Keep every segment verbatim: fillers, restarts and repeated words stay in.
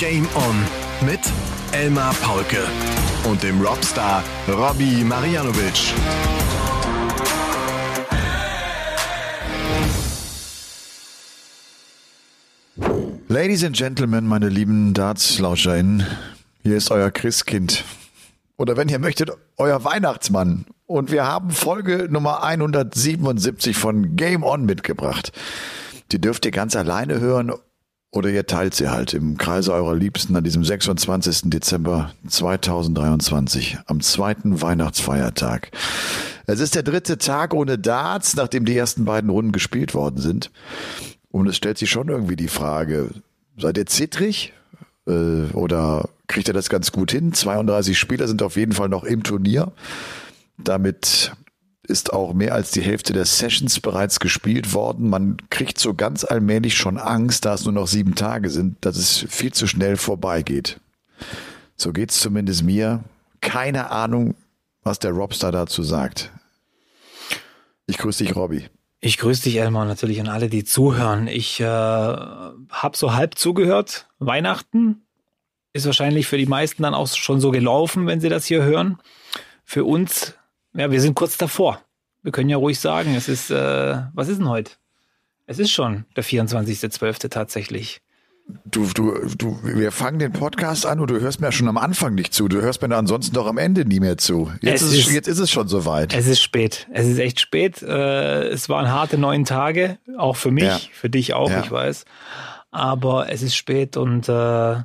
Game On mit Elmar Paulke und dem Rockstar Robbie Marianovic. Ladies and Gentlemen, meine lieben Darts-LauscherInnen, hier ist euer Christkind. Oder wenn ihr möchtet, euer Weihnachtsmann. Und wir haben Folge Nummer hundertsiebenundsiebzig von Game On mitgebracht. Die dürft ihr ganz alleine hören oder ihr teilt sie halt im Kreise eurer Liebsten an diesem sechsundzwanzigsten Dezember zweitausenddreiundzwanzig, am zweiten Weihnachtsfeiertag. Es ist der dritte Tag ohne Darts, nachdem die ersten beiden Runden gespielt worden sind. Und es stellt sich schon irgendwie die Frage, seid ihr zittrig äh, oder kriegt ihr das ganz gut hin? zweiunddreißig Spieler sind auf jeden Fall noch im Turnier. Damit ist auch mehr als die Hälfte der Sessions bereits gespielt worden. Man kriegt so ganz allmählich schon Angst, da es nur noch sieben Tage sind, dass es viel zu schnell vorbeigeht. So geht's zumindest mir. Keine Ahnung, was der Robstar dazu sagt. Ich grüße dich, Robby. Ich grüße dich, Elmar, natürlich an alle, die zuhören. Ich äh, habe so halb zugehört. Weihnachten ist wahrscheinlich für die meisten dann auch schon so gelaufen, wenn sie das hier hören. Für uns, ja, wir sind kurz davor. Wir können ja ruhig sagen, es ist, äh, was ist denn heute? Es ist schon der vierundzwanzigster zwölfte tatsächlich. Du, du, du, wir fangen den Podcast an und du hörst mir ja schon am Anfang nicht zu. Du hörst mir ansonsten doch am Ende nie mehr zu. Jetzt, ist, ist, jetzt ist es schon soweit. Es ist spät. Es ist echt spät. Äh, es waren harte neun Tage, auch für mich, ja. Für dich auch, ja. Ich weiß. Aber es ist spät und äh,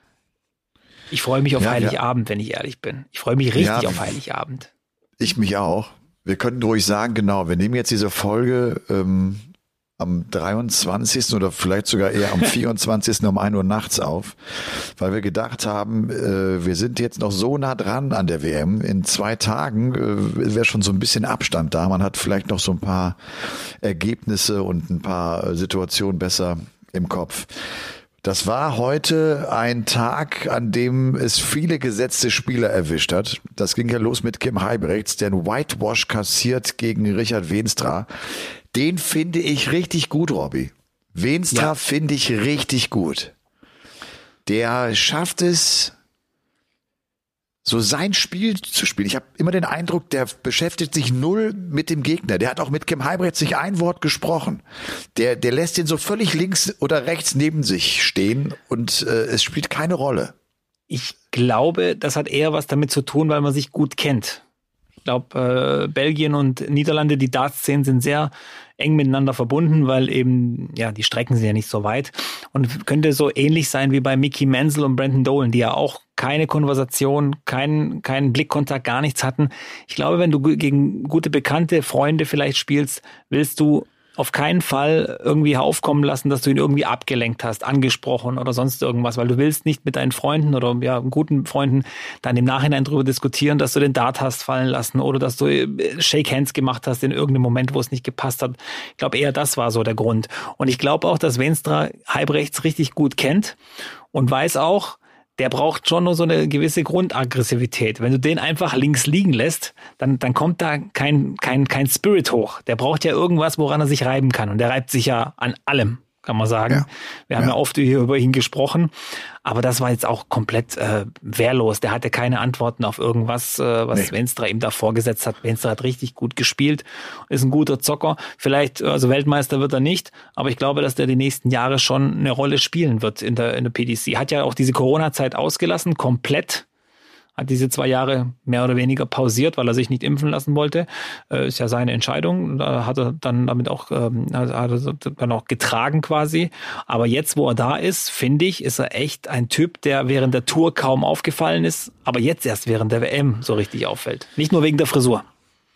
ich freue mich auf ja, Heiligabend, ja. wenn ich ehrlich bin. Ich freue mich richtig ja, auf Heiligabend. Ich mich auch. Wir könnten ruhig sagen, genau, wir nehmen jetzt diese Folge ähm, am dreiundzwanzigsten oder vielleicht sogar eher am vierundzwanzigsten um ein Uhr nachts auf, weil wir gedacht haben, äh, wir sind jetzt noch so nah dran an der W M. In zwei Tagen äh, wäre schon so ein bisschen Abstand da. Man hat vielleicht noch so ein paar Ergebnisse und ein paar Situationen besser im Kopf. Das war heute ein Tag, an dem es viele gesetzte Spieler erwischt hat. Das ging ja los mit Kim Huybrechts, der einen Whitewash kassiert gegen Richard Veenstra. Den finde ich richtig gut, Robby. Veenstra ja. finde ich richtig gut. Der schafft es, so sein Spiel zu spielen. Ich habe immer den Eindruck, der beschäftigt sich null mit dem Gegner. Der hat auch mit Kim Huybrechts nicht ein Wort gesprochen. Der, der lässt ihn so völlig links oder rechts neben sich stehen und äh, es spielt keine Rolle. Ich glaube, das hat eher was damit zu tun, weil man sich gut kennt. Ich glaube, äh, Belgien und Niederlande, die Darts-Szenen sind sehr eng miteinander verbunden, weil eben, ja, die Strecken sind ja nicht so weit. Und könnte so ähnlich sein wie bei Mickey Menzel und Brandon Dolan, die ja auch keine Konversation, keinen keinen Blickkontakt, gar nichts hatten. Ich glaube, wenn du gegen gute Bekannte, Freunde vielleicht spielst, willst du auf keinen Fall irgendwie aufkommen lassen, dass du ihn irgendwie abgelenkt hast, angesprochen oder sonst irgendwas, weil du willst nicht mit deinen Freunden oder ja guten Freunden dann im Nachhinein drüber diskutieren, dass du den Dart hast fallen lassen oder dass du Shake Hands gemacht hast in irgendeinem Moment, wo es nicht gepasst hat. Ich glaube eher, das war so der Grund. Und ich glaube auch, dass Veenstra Huybrechts richtig gut kennt und weiß auch, der braucht schon nur so eine gewisse Grundaggressivität. Wenn du den einfach links liegen lässt, dann, dann kommt da kein, kein, kein Spirit hoch. Der braucht ja irgendwas, woran er sich reiben kann. Und der reibt sich ja an allem, kann man sagen. Ja. Wir haben ja. ja oft hier über ihn gesprochen. Aber das war jetzt auch komplett äh, wehrlos. Der hatte keine Antworten auf irgendwas, äh, was nee. Veenstra ihm da vorgesetzt hat. Veenstra hat richtig gut gespielt, ist ein guter Zocker. Vielleicht, also Weltmeister wird er nicht, aber ich glaube, dass der die nächsten Jahre schon eine Rolle spielen wird in der, in der P D C. Hat ja auch diese Corona-Zeit ausgelassen, komplett. Hat diese zwei Jahre mehr oder weniger pausiert, weil er sich nicht impfen lassen wollte. Äh, ist ja seine Entscheidung. Da hat er dann damit auch, ähm, hat er dann auch getragen quasi. Aber jetzt, wo er da ist, finde ich, ist er echt ein Typ, der während der Tour kaum aufgefallen ist, aber jetzt erst während der W M so richtig auffällt. Nicht nur wegen der Frisur.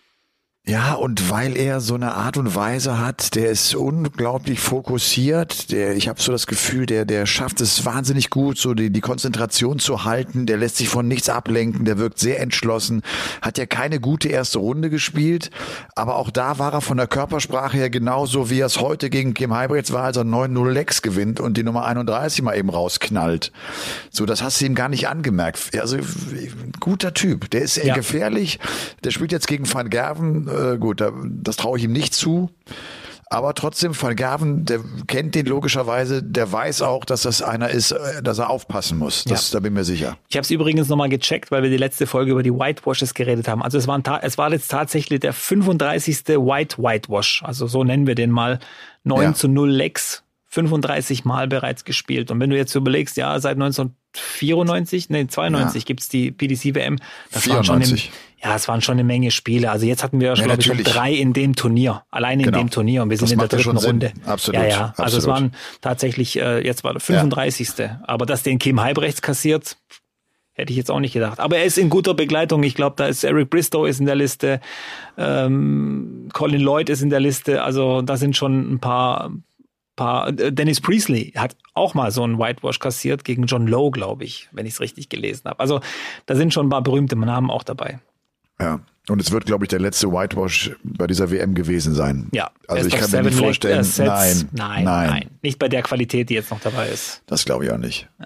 Ja, und weil er so eine Art und Weise hat, der ist unglaublich fokussiert. Der, ich habe so das Gefühl, der, der schafft es wahnsinnig gut, so die, die Konzentration zu halten. Der lässt sich von nichts ablenken. Der wirkt sehr entschlossen. Hat ja keine gute erste Runde gespielt, aber auch da war er von der Körpersprache her genauso, wie er es heute gegen Kim Huybrechts war, als er neun null Lex gewinnt und die Nummer einunddreißig mal eben rausknallt. So, das hast du ihm gar nicht angemerkt. Also guter Typ. Der ist ja gefährlich. Der spielt jetzt gegen Van Gerwen. Äh, gut, da, das traue ich ihm nicht zu. Aber trotzdem, Van Gerwen, der kennt den logischerweise, der weiß auch, dass das einer ist, dass er aufpassen muss. Das, ja. Da bin ich mir sicher. Ich habe es übrigens nochmal gecheckt, weil wir die letzte Folge über die Whitewashes geredet haben. Also es war, ein, es war jetzt tatsächlich der fünfunddreißigste White Whitewash. Also so nennen wir den mal. neun ja. zu null Lecks, fünfunddreißig Mal bereits gespielt. Und wenn du jetzt überlegst, ja, seit neunzehnhundertvierundneunzig, nee, zweiundneunzig ja. gibt's die P D C W M. Das vierundneunzig. Waren schon im, ja, es waren schon eine Menge Spiele. Also jetzt hatten wir, ja, glaube ich, schon drei in dem Turnier. Alleine genau. in dem Turnier. Und wir sind das in der dritten Runde. Absolut. Ja, ja. Absolut. Also es waren tatsächlich, äh, jetzt war der fünfunddreißigste. Ja. Aber dass den Kim Heibrechts kassiert, hätte ich jetzt auch nicht gedacht. Aber er ist in guter Begleitung. Ich glaube, da ist Eric Bristow ist in der Liste. Ähm, Colin Lloyd ist in der Liste. Also da sind schon ein paar... Dennis Priestley hat auch mal so einen Whitewash kassiert gegen John Lowe, glaube ich, wenn ich es richtig gelesen habe. Also da sind schon ein paar berühmte Namen auch dabei. Ja, und es wird, glaube ich, der letzte Whitewash bei dieser W M gewesen sein. Ja, also ich kann mir nicht vorstellen, Sets, nein, nein, nein, nein, nicht bei der Qualität, die jetzt noch dabei ist. Das glaube ich auch nicht. Ja.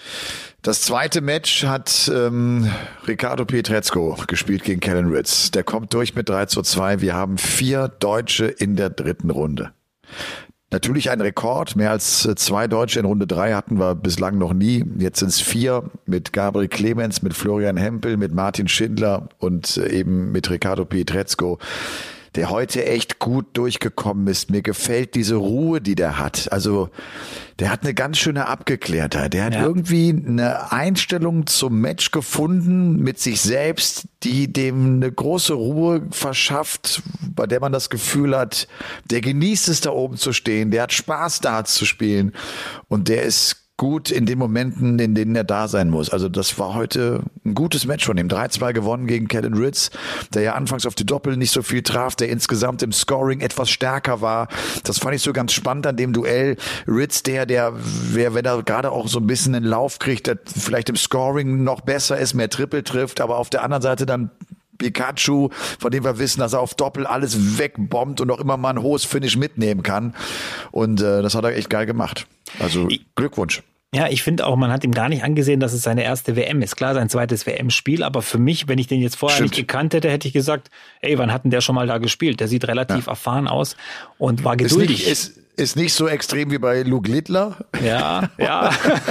Das zweite Match hat ähm, Ricardo Pietrezco gespielt gegen Kellen Ritz. Der kommt durch mit drei zu zwei. Wir haben vier Deutsche in der dritten Runde. Natürlich ein Rekord, mehr als zwei Deutsche in Runde drei hatten wir bislang noch nie. Jetzt sind es vier mit Gabriel Clemens, mit Florian Hempel, mit Martin Schindler und eben mit Ricardo Pietrezco, der heute echt gut durchgekommen ist. Mir gefällt diese Ruhe, die der hat. Also der hat eine ganz schöne Abgeklärtheit. Der hat ja. irgendwie eine Einstellung zum Match gefunden mit sich selbst, die dem eine große Ruhe verschafft, bei der man das Gefühl hat, der genießt es, da oben zu stehen, der hat Spaß, Darts zu spielen und der ist gut in den Momenten, in denen er da sein muss. Also das war heute ein gutes Match von ihm. drei zwei gewonnen gegen Kellen Ritz, der ja anfangs auf die Doppel nicht so viel traf, der insgesamt im Scoring etwas stärker war. Das fand ich so ganz spannend an dem Duell. Ritz, der, der, wer, wenn er gerade auch so ein bisschen einen Lauf kriegt, der vielleicht im Scoring noch besser ist, mehr Triple trifft, aber auf der anderen Seite dann Pikachu, von dem wir wissen, dass er auf Doppel alles wegbombt und auch immer mal ein hohes Finish mitnehmen kann. Und äh, das hat er echt geil gemacht. Also Glückwunsch. Ja, ich finde auch, man hat ihm gar nicht angesehen, dass es seine erste W M ist. Klar, sein zweites W M-Spiel, aber für mich, wenn ich den jetzt vorher Stimmt. nicht gekannt hätte, hätte ich gesagt, ey, wann hat denn der schon mal da gespielt? Der sieht relativ ja. erfahren aus und war geduldig. Ist nicht, ist, ist nicht so extrem wie bei Luke Littler. Ja, ja,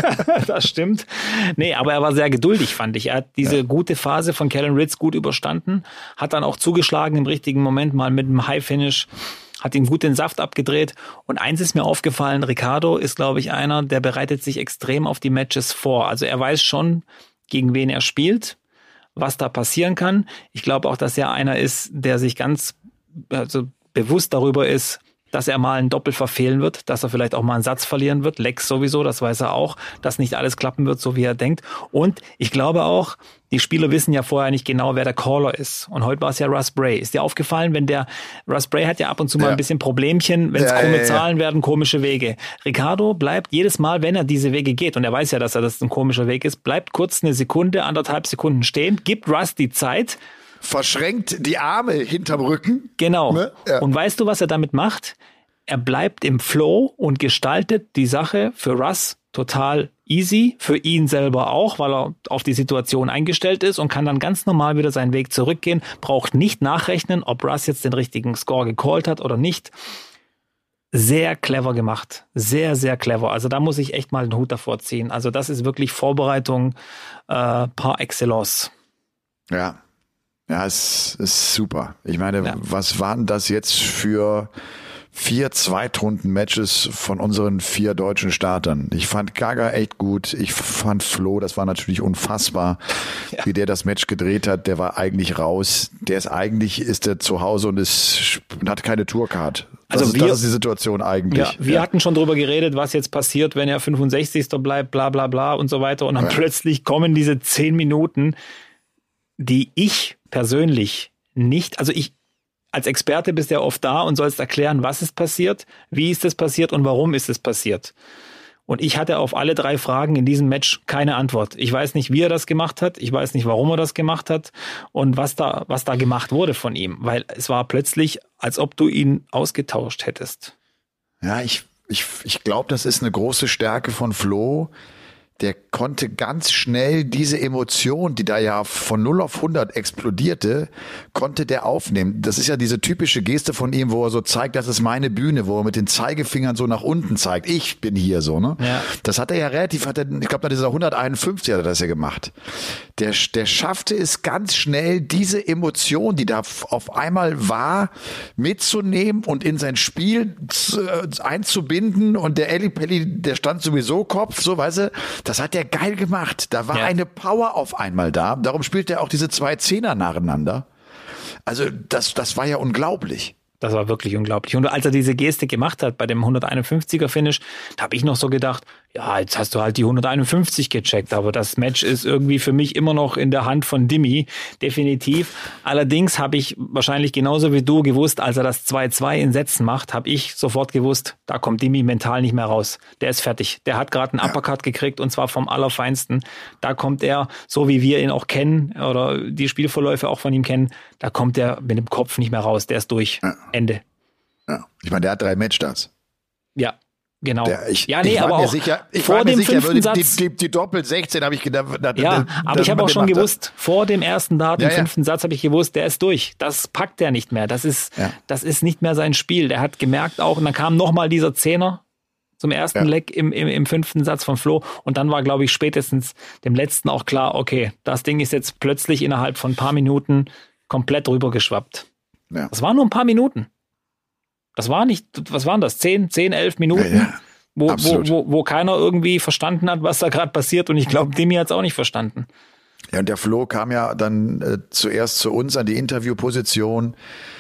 das stimmt. Nee, aber er war sehr geduldig, fand ich. Er hat diese ja. gute Phase von Kellen Ritz gut überstanden, hat dann auch zugeschlagen im richtigen Moment mal mit einem High-Finish, hat ihm gut den Saft abgedreht. Und eins ist mir aufgefallen, Ricardo ist, glaube ich, einer, der bereitet sich extrem auf die Matches vor. Also er weiß schon, gegen wen er spielt, was da passieren kann. Ich glaube auch, dass er einer ist, der sich ganz also bewusst darüber ist, dass er mal ein Doppel verfehlen wird, dass er vielleicht auch mal einen Satz verlieren wird. Lex sowieso, das weiß er auch, dass nicht alles klappen wird, so wie er denkt. Und ich glaube auch, die Spieler wissen ja vorher nicht genau, wer der Caller ist. Und heute war es ja Russ Bray. Ist dir aufgefallen, wenn der, Russ Bray hat ja ab und zu mal ja. ein bisschen Problemchen, wenn es ja, krumme ja, ja. Zahlen werden, komische Wege. Ricardo bleibt jedes Mal, wenn er diese Wege geht, und er weiß ja, dass er das ein komischer Weg ist, bleibt kurz eine Sekunde, anderthalb Sekunden stehen, gibt Russ die Zeit, verschränkt die Arme hinterm Rücken. Genau. Ne? Ja. Und weißt du, was er damit macht? Er bleibt im Flow und gestaltet die Sache für Russ total easy, für ihn selber auch, weil er auf die Situation eingestellt ist und kann dann ganz normal wieder seinen Weg zurückgehen, braucht nicht nachrechnen, ob Russ jetzt den richtigen Score gecallt hat oder nicht. Sehr clever gemacht. Sehr, sehr clever. Also da muss ich echt mal den Hut davor ziehen. Also das ist wirklich Vorbereitung äh, par excellence. Ja. Ja, es ist super. Ich meine, ja. was waren das jetzt für vier Zweitrunden-Matches von unseren vier deutschen Startern? Ich fand Gaga echt gut. Ich fand Flo, das war natürlich unfassbar, ja. wie der das Match gedreht hat. Der war eigentlich raus. Der ist eigentlich, ist der zu Hause und ist, hat keine Tourcard. Das, also ist, wir, das ist die Situation eigentlich. Ja, wir ja. hatten schon drüber geredet, was jetzt passiert, wenn er fünfundsechzigster bleibt, bla bla bla und so weiter. Und dann ja. plötzlich kommen diese zehn Minuten, die ich persönlich nicht, also ich als Experte bist ja oft da und sollst erklären, was ist passiert, wie ist es passiert und warum ist es passiert. Und ich hatte auf alle drei Fragen in diesem Match keine Antwort. Ich weiß nicht, wie er das gemacht hat, ich weiß nicht, warum er das gemacht hat und was da, was da gemacht wurde von ihm, weil es war plötzlich, als ob du ihn ausgetauscht hättest. Ja, ich, ich, ich glaube, das ist eine große Stärke von Flo, der konnte ganz schnell diese Emotion, die da ja von null auf hundert explodierte, konnte der aufnehmen. Das ist ja diese typische Geste von ihm, wo er so zeigt, das ist meine Bühne, wo er mit den Zeigefingern so nach unten zeigt. Ich bin hier so, ne? Ja. Das hat er ja relativ, hat er, ich glaube, nach dieser hunderteinundfünfzig hat er das ja gemacht. Der, der schaffte es ganz schnell, diese Emotion, die da auf einmal war, mitzunehmen und in sein Spiel einzubinden. Und der Eli Pelli, der stand sowieso Kopf, so, weißt du, das hat der geil gemacht. Da war ja. eine Power auf einmal da. Darum spielt er auch diese zwei Zehner nacheinander. Also das, das war ja unglaublich. Das war wirklich unglaublich. Und als er diese Geste gemacht hat bei dem hunderteinundfünfziger Finish, da habe ich noch so gedacht, ja, jetzt hast du halt die hunderteinundfünfzig gecheckt, aber das Match ist irgendwie für mich immer noch in der Hand von Dimi, definitiv. Allerdings habe ich wahrscheinlich genauso wie du gewusst, als er das zwei zwei in Sätzen macht, habe ich sofort gewusst, da kommt Dimi mental nicht mehr raus. Der ist fertig. Der hat gerade einen ja. Uppercut gekriegt und zwar vom Allerfeinsten. Da kommt er, so wie wir ihn auch kennen oder die Spielverläufe auch von ihm kennen, da kommt er mit dem Kopf nicht mehr raus. Der ist durch. Ja. Ende. Ja. Ich meine, der hat drei Matchstarts. Ja. Genau. Der, ich, ja, nee, ich aber auch sicher, ich vor dem sicher, fünften die, Satz. Die, die, die Doppel sechzehn habe ich gedacht. Da, ja, da, aber ich habe auch schon gewusst, hat. vor dem ersten Dart, im ja, fünften ja. Satz habe ich gewusst, der ist durch. Das packt er nicht mehr. Das ist, ja. das ist nicht mehr sein Spiel. Der hat gemerkt auch, und dann kam nochmal dieser Zehner zum ersten ja. Leck im, im, im fünften Satz von Flo. Und dann war, glaube ich, spätestens dem letzten auch klar, okay, das Ding ist jetzt plötzlich innerhalb von ein paar Minuten komplett rübergeschwappt. Ja. Das waren nur ein paar Minuten. Das war nicht, was waren das? Zehn, zehn, elf Minuten? Ja, ja. Wo, wo, wo, wo keiner irgendwie verstanden hat, was da gerade passiert. Und ich glaube, Dimi hat es auch nicht verstanden. Ja, und der Flo kam ja dann äh, zuerst zu uns an die Interviewposition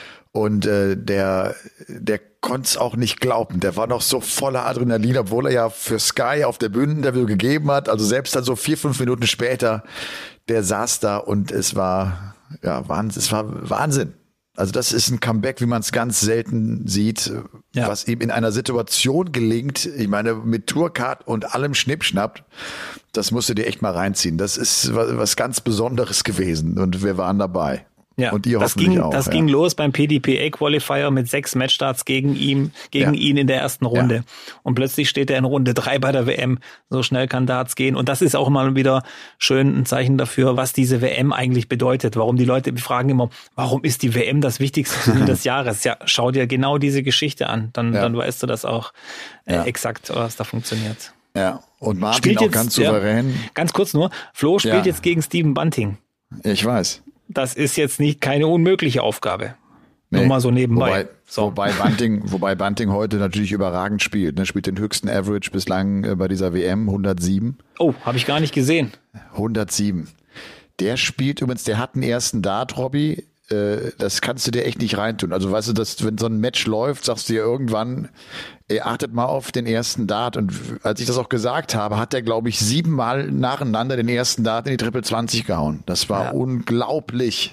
und äh, der, der konnte es auch nicht glauben. Der war noch so voller Adrenalin, obwohl er ja für Sky auf der Bühne ein Interview gegeben hat. Also selbst dann so vier, fünf Minuten später, der saß da und es war, ja, Wahnsinn, es war Wahnsinn. Also das ist ein Comeback, wie man es ganz selten sieht, ja. was ihm in einer Situation gelingt. Ich meine, mit Tourcard und allem Schnippschnapp, das musst du dir echt mal reinziehen. Das ist was, was ganz Besonderes gewesen und wir waren dabei. Ja, und ihr das hoffentlich ging, auch. Das ja. ging los beim P D P A-Qualifier mit sechs Matchstarts gegen ihn, gegen ja. ihn in der ersten Runde. Ja. Und plötzlich steht er in Runde drei bei der W M. So schnell kann Darts gehen. Und das ist auch mal wieder schön ein Zeichen dafür, was diese W M eigentlich bedeutet. Warum die Leute fragen immer, warum ist die W M das wichtigste Turnier des Jahres? Ja, schau dir genau diese Geschichte an. Dann, ja. dann weißt du das auch äh, ja. exakt, was da funktioniert. Ja, und Martin spielt auch jetzt, ganz souverän. Ja, ganz kurz nur, Flo spielt ja. jetzt gegen Steven Bunting. Ich weiß. Das ist jetzt nicht keine unmögliche Aufgabe. Nee, nur mal so nebenbei. Wobei, so. wobei, Bunting, wobei Bunting heute natürlich überragend spielt. Er spielt den höchsten Average bislang bei dieser W M, hundertsieben. Oh, habe ich gar nicht gesehen. hundertsieben. Der spielt übrigens, der hat einen ersten Dart, Robby. Das kannst du dir echt nicht reintun. Also weißt du, dass, wenn so ein Match läuft, sagst du dir irgendwann, ey, achtet mal auf den ersten Dart. Und als ich das auch gesagt habe, hat er, glaube ich, siebenmal nacheinander den ersten Dart in die Triple zwanzig gehauen. Das war ja. unglaublich.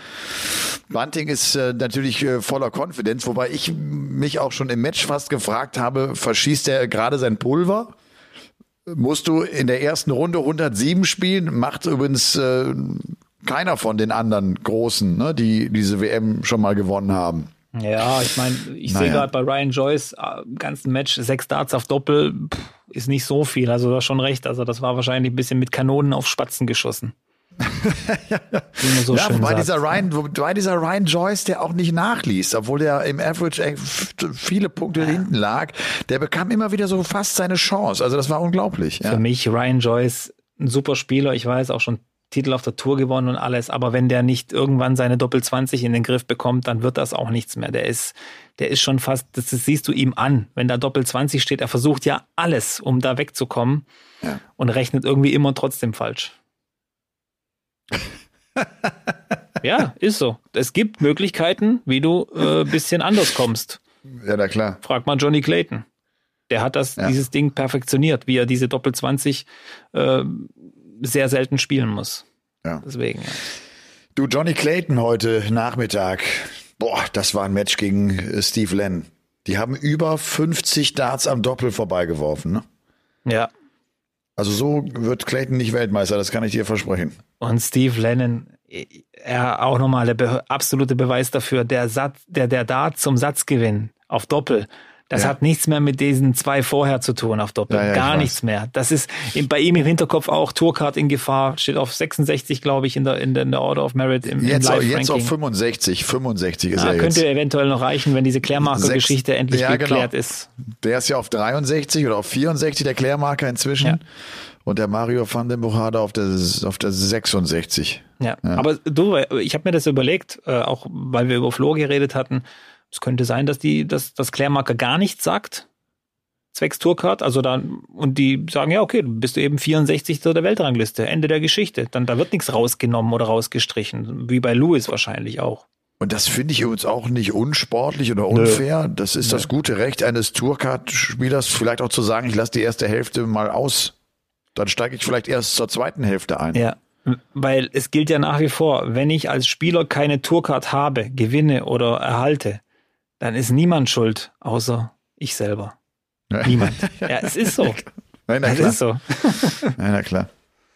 Bunting ist äh, natürlich äh, voller Confidence, wobei ich mich auch schon im Match fast gefragt habe, verschießt er gerade sein Pulver? Musst du in der ersten Runde hundertsieben spielen? Macht übrigens äh, keiner von den anderen Großen, ne, die diese W M schon mal gewonnen haben. Ja, ich meine, ich naja. sehe gerade bei Ryan Joyce, äh, im ganzen Match, sechs Darts auf Doppel, pff, ist nicht so viel. Also du hast schon recht. Also das war wahrscheinlich ein bisschen mit Kanonen auf Spatzen geschossen. ja, so ja wobei, dieser Ryan, wobei dieser Ryan Joyce, der auch nicht nachließ, obwohl der im Average viele Punkte ja. hinten lag, der bekam immer wieder so fast seine Chance. Also das war unglaublich. Für ja. mich Ryan Joyce, ein super Spieler. Ich weiß, auch schon Titel auf der Tour gewonnen und alles. Aber wenn der nicht irgendwann seine Doppel zwanzig in den Griff bekommt, dann wird das auch nichts mehr. Der ist, der ist schon fast, das, das siehst du ihm an. Wenn da Doppel zwanzig steht, er versucht ja alles, um da wegzukommen ja. und rechnet irgendwie immer trotzdem falsch. Ja, ist so. Es gibt Möglichkeiten, wie du ein äh, bisschen anders kommst. Ja, na klar. Frag mal Johnny Clayton. Der hat das, ja. dieses Ding perfektioniert, wie er diese Doppel zwanzig äh, sehr selten spielen muss. Ja. Deswegen, ja. Du, Johnny Clayton heute Nachmittag. Boah, das war ein Match gegen Steve Lennon. Die haben über fünfzig Darts am Doppel vorbeigeworfen, ne? Ja. Also so wird Clayton nicht Weltmeister, das kann ich dir versprechen. Und Steve Lennon, er auch nochmal der be- absolute Beweis dafür, der Satz, der, der Dart zum Satzgewinn auf Doppel, Das Ja. hat nichts mehr mit diesen zwei vorher zu tun auf Doppel. Ja, ja, Gar ich nichts weiß. mehr. Das ist im- bei ihm im Hinterkopf auch Tourcard in Gefahr. Steht auf sechsundsechzig, glaube ich, in der, in der, in der Order of Merit im, im Jetzt, au- jetzt Live-Ranking. auf fünfundsechzig. fünfundsechzig ist Ja, er jetzt. könnte eventuell noch reichen, wenn diese Klärmarker-Geschichte Sechs- endlich ja, geklärt genau. ist. Der ist ja auf dreiundsechzig oder auf vierundsechzig, der Klärmarker inzwischen. Ja. Und der Mario van den Buchada auf der, auf der sechsundsechzig. Ja. Aber du, ich habe mir das überlegt, äh, auch weil wir über Flo geredet hatten. Es könnte sein, dass die, dass das Klärmarker gar nichts sagt. Zwecks Tourcard, also dann, und die sagen, ja, okay, du bist eben vierundsechzig der Weltrangliste, Ende der Geschichte. Dann, da wird nichts rausgenommen oder rausgestrichen, wie bei Lewis wahrscheinlich auch. Und das finde ich uns auch nicht unsportlich oder unfair. Das ist das gute Recht eines Tourcard-Spielers, vielleicht auch zu sagen, ich lasse die erste Hälfte mal aus. Dann steige ich vielleicht erst zur zweiten Hälfte ein. Ja, weil es gilt ja nach wie vor, wenn ich als Spieler keine Tourcard habe, gewinne oder erhalte, dann ist niemand schuld, außer ich selber. Niemand. Ja, es ist so. Nein, na Es klar. ist so. Ja, na klar.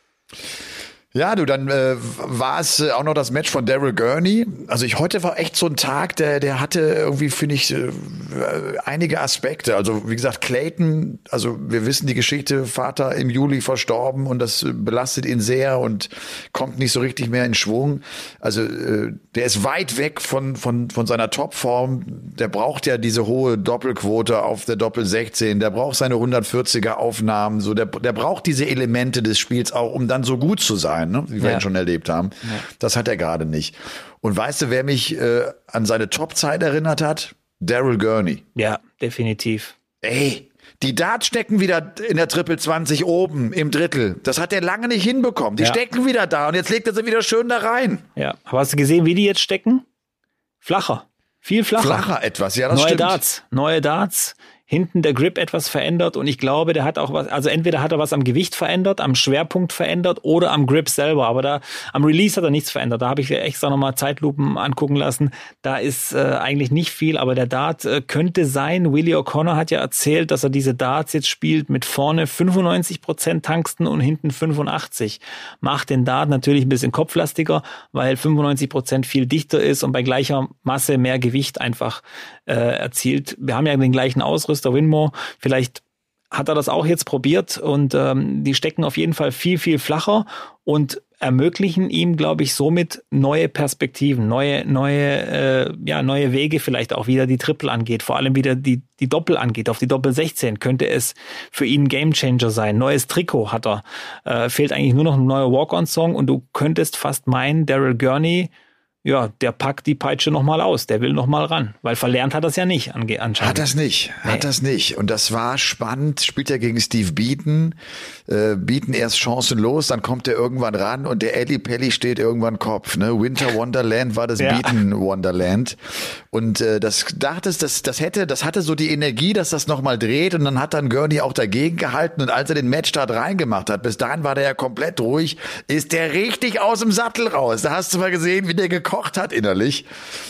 Ja, du, dann äh, war es äh, auch noch das Match von Daryl Gurney. Also ich heute war echt so ein Tag, der der hatte irgendwie, finde ich, äh, einige Aspekte. Also wie gesagt, Clayton, also wir wissen die Geschichte, Vater im Juli verstorben und das äh, belastet ihn sehr und kommt nicht so richtig mehr in Schwung. Also äh, der ist weit weg von von von seiner Topform. Der braucht ja diese hohe Doppelquote auf der Doppel sechzehn. Der braucht seine hundertvierziger Aufnahmen. So der der braucht diese Elemente des Spiels auch, um dann so gut zu sein. Ne, wie wir Ja. ihn schon erlebt haben. Ja. Das hat er gerade nicht. Und weißt du, wer mich äh, an seine Top-Zeit erinnert hat? Daryl Gurney. Ja, definitiv. Ey, die Darts stecken wieder in der Triple zwanzig oben im Drittel. Das hat er lange nicht hinbekommen. Die Ja. stecken wieder da und jetzt legt er sie wieder schön da rein. Ja, aber hast du gesehen, wie die jetzt stecken? Flacher. Viel flacher. Flacher etwas, ja, das neue stimmt. Darts, neue Darts. Hinten der Grip etwas verändert und ich glaube, der hat auch was, also entweder hat er was am Gewicht verändert, am Schwerpunkt verändert oder am Grip selber, aber da am Release hat er nichts verändert. Da habe ich extra nochmal Zeitlupen angucken lassen. Da ist äh, eigentlich nicht viel, aber der Dart äh, könnte sein. Willie O'Connor hat ja erzählt, dass er diese Darts jetzt spielt mit vorne fünfundneunzig Prozent Tungsten und hinten fünfundachtzig. Macht den Dart natürlich ein bisschen kopflastiger, weil fünfundneunzig Prozent viel dichter ist und bei gleicher Masse mehr Gewicht einfach äh, erzielt. Wir haben ja den gleichen Ausrüster, Winmore, vielleicht hat er das auch jetzt probiert und ähm, die stecken auf jeden Fall viel, viel flacher und ermöglichen ihm, glaube ich, somit neue Perspektiven, neue, neue, äh, ja, neue Wege vielleicht auch wieder die Triple angeht, vor allem wieder die, die Doppel angeht, auf die Doppel sechzehn könnte es für ihn ein Gamechanger sein. Neues Trikot hat er, äh, fehlt eigentlich nur noch ein neuer Walk-on-Song und du könntest fast meinen, Daryl Gurney, ja, der packt die Peitsche nochmal aus, der will nochmal ran, weil verlernt hat er es ja nicht ange- anscheinend. Hat das nicht, hat Nee. das nicht. Und das war spannend, spielt er gegen Steve Beaton, äh, Beaton erst chancenlos, dann kommt er irgendwann ran und der Ellie Pelli steht irgendwann Kopf. Ne? Winter Wonderland war das Ja. Beaton Wonderland. Und äh, das dachtest, das, das hätte, das hatte so die Energie, dass das nochmal dreht und dann hat dann Gurney auch dagegen gehalten und als er den Matchstart reingemacht hat, bis dahin war der ja komplett ruhig, ist der richtig aus dem Sattel raus. Da hast du mal gesehen, wie der gekocht hat innerlich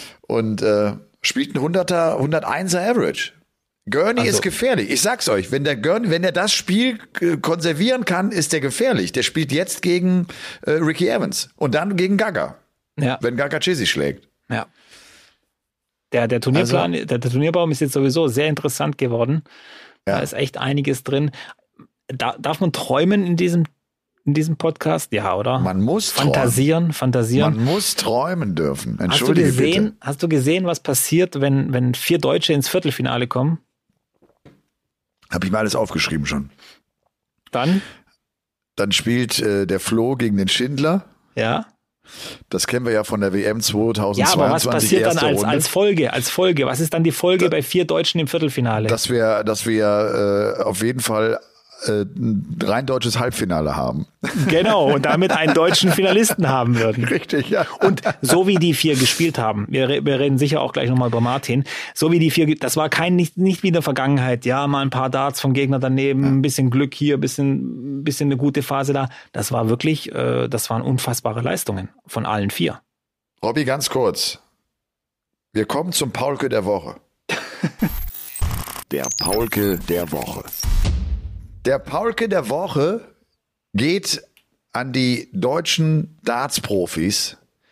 und äh, spielt ein hunderter, hunderteinser Average. Gurney Also- ist gefährlich. Ich sag's euch, wenn der Gurney, wenn er das Spiel äh, konservieren kann, ist der gefährlich. Der spielt jetzt gegen äh, Ricky Evans und dann gegen Gaga, Ja, wenn Gaga Chizzy schlägt. ja. Der, der Turnierplan, der, der Turnierbaum ist jetzt sowieso sehr interessant geworden. Ja. Da ist echt einiges drin. Da, darf man träumen in diesem, in diesem Podcast? Ja, oder? Man muss träumen. Fantasieren, fantasieren. Man muss träumen dürfen. Hast du Entschuldige gesehen, bitte. hast du gesehen, was passiert, wenn, wenn vier Deutsche ins Viertelfinale kommen? Habe ich mal alles aufgeschrieben schon. Dann, Dann spielt äh, der Flo gegen den Schindler. ja. Das kennen wir ja von der W M Ja, zweitausendzweiundzwanzig. aber was passiert dann erste als, Runde. als Folge? Als Folge? Was ist dann die Folge bei vier Deutschen im Viertelfinale? Dass wir, dass wir äh, auf jeden Fall äh, ein rein deutsches Halbfinale haben. Genau, und damit einen deutschen Finalisten haben würden. Richtig, ja. Und so wie die vier gespielt haben, wir, re- wir reden sicher auch gleich nochmal über Martin, so wie die vier, ge- das war kein, nicht, nicht wie in der Vergangenheit, ja, mal ein paar Darts vom Gegner daneben, ein bisschen Glück hier, ein bisschen, ein bisschen eine gute Phase da. Das war wirklich, äh, das waren unfassbare Leistungen von allen vier. Robby, ganz kurz. Wir kommen zum Paulke der Woche. Der Paulke der Woche. Der Paulke der Woche geht an die deutschen Darts-Profis,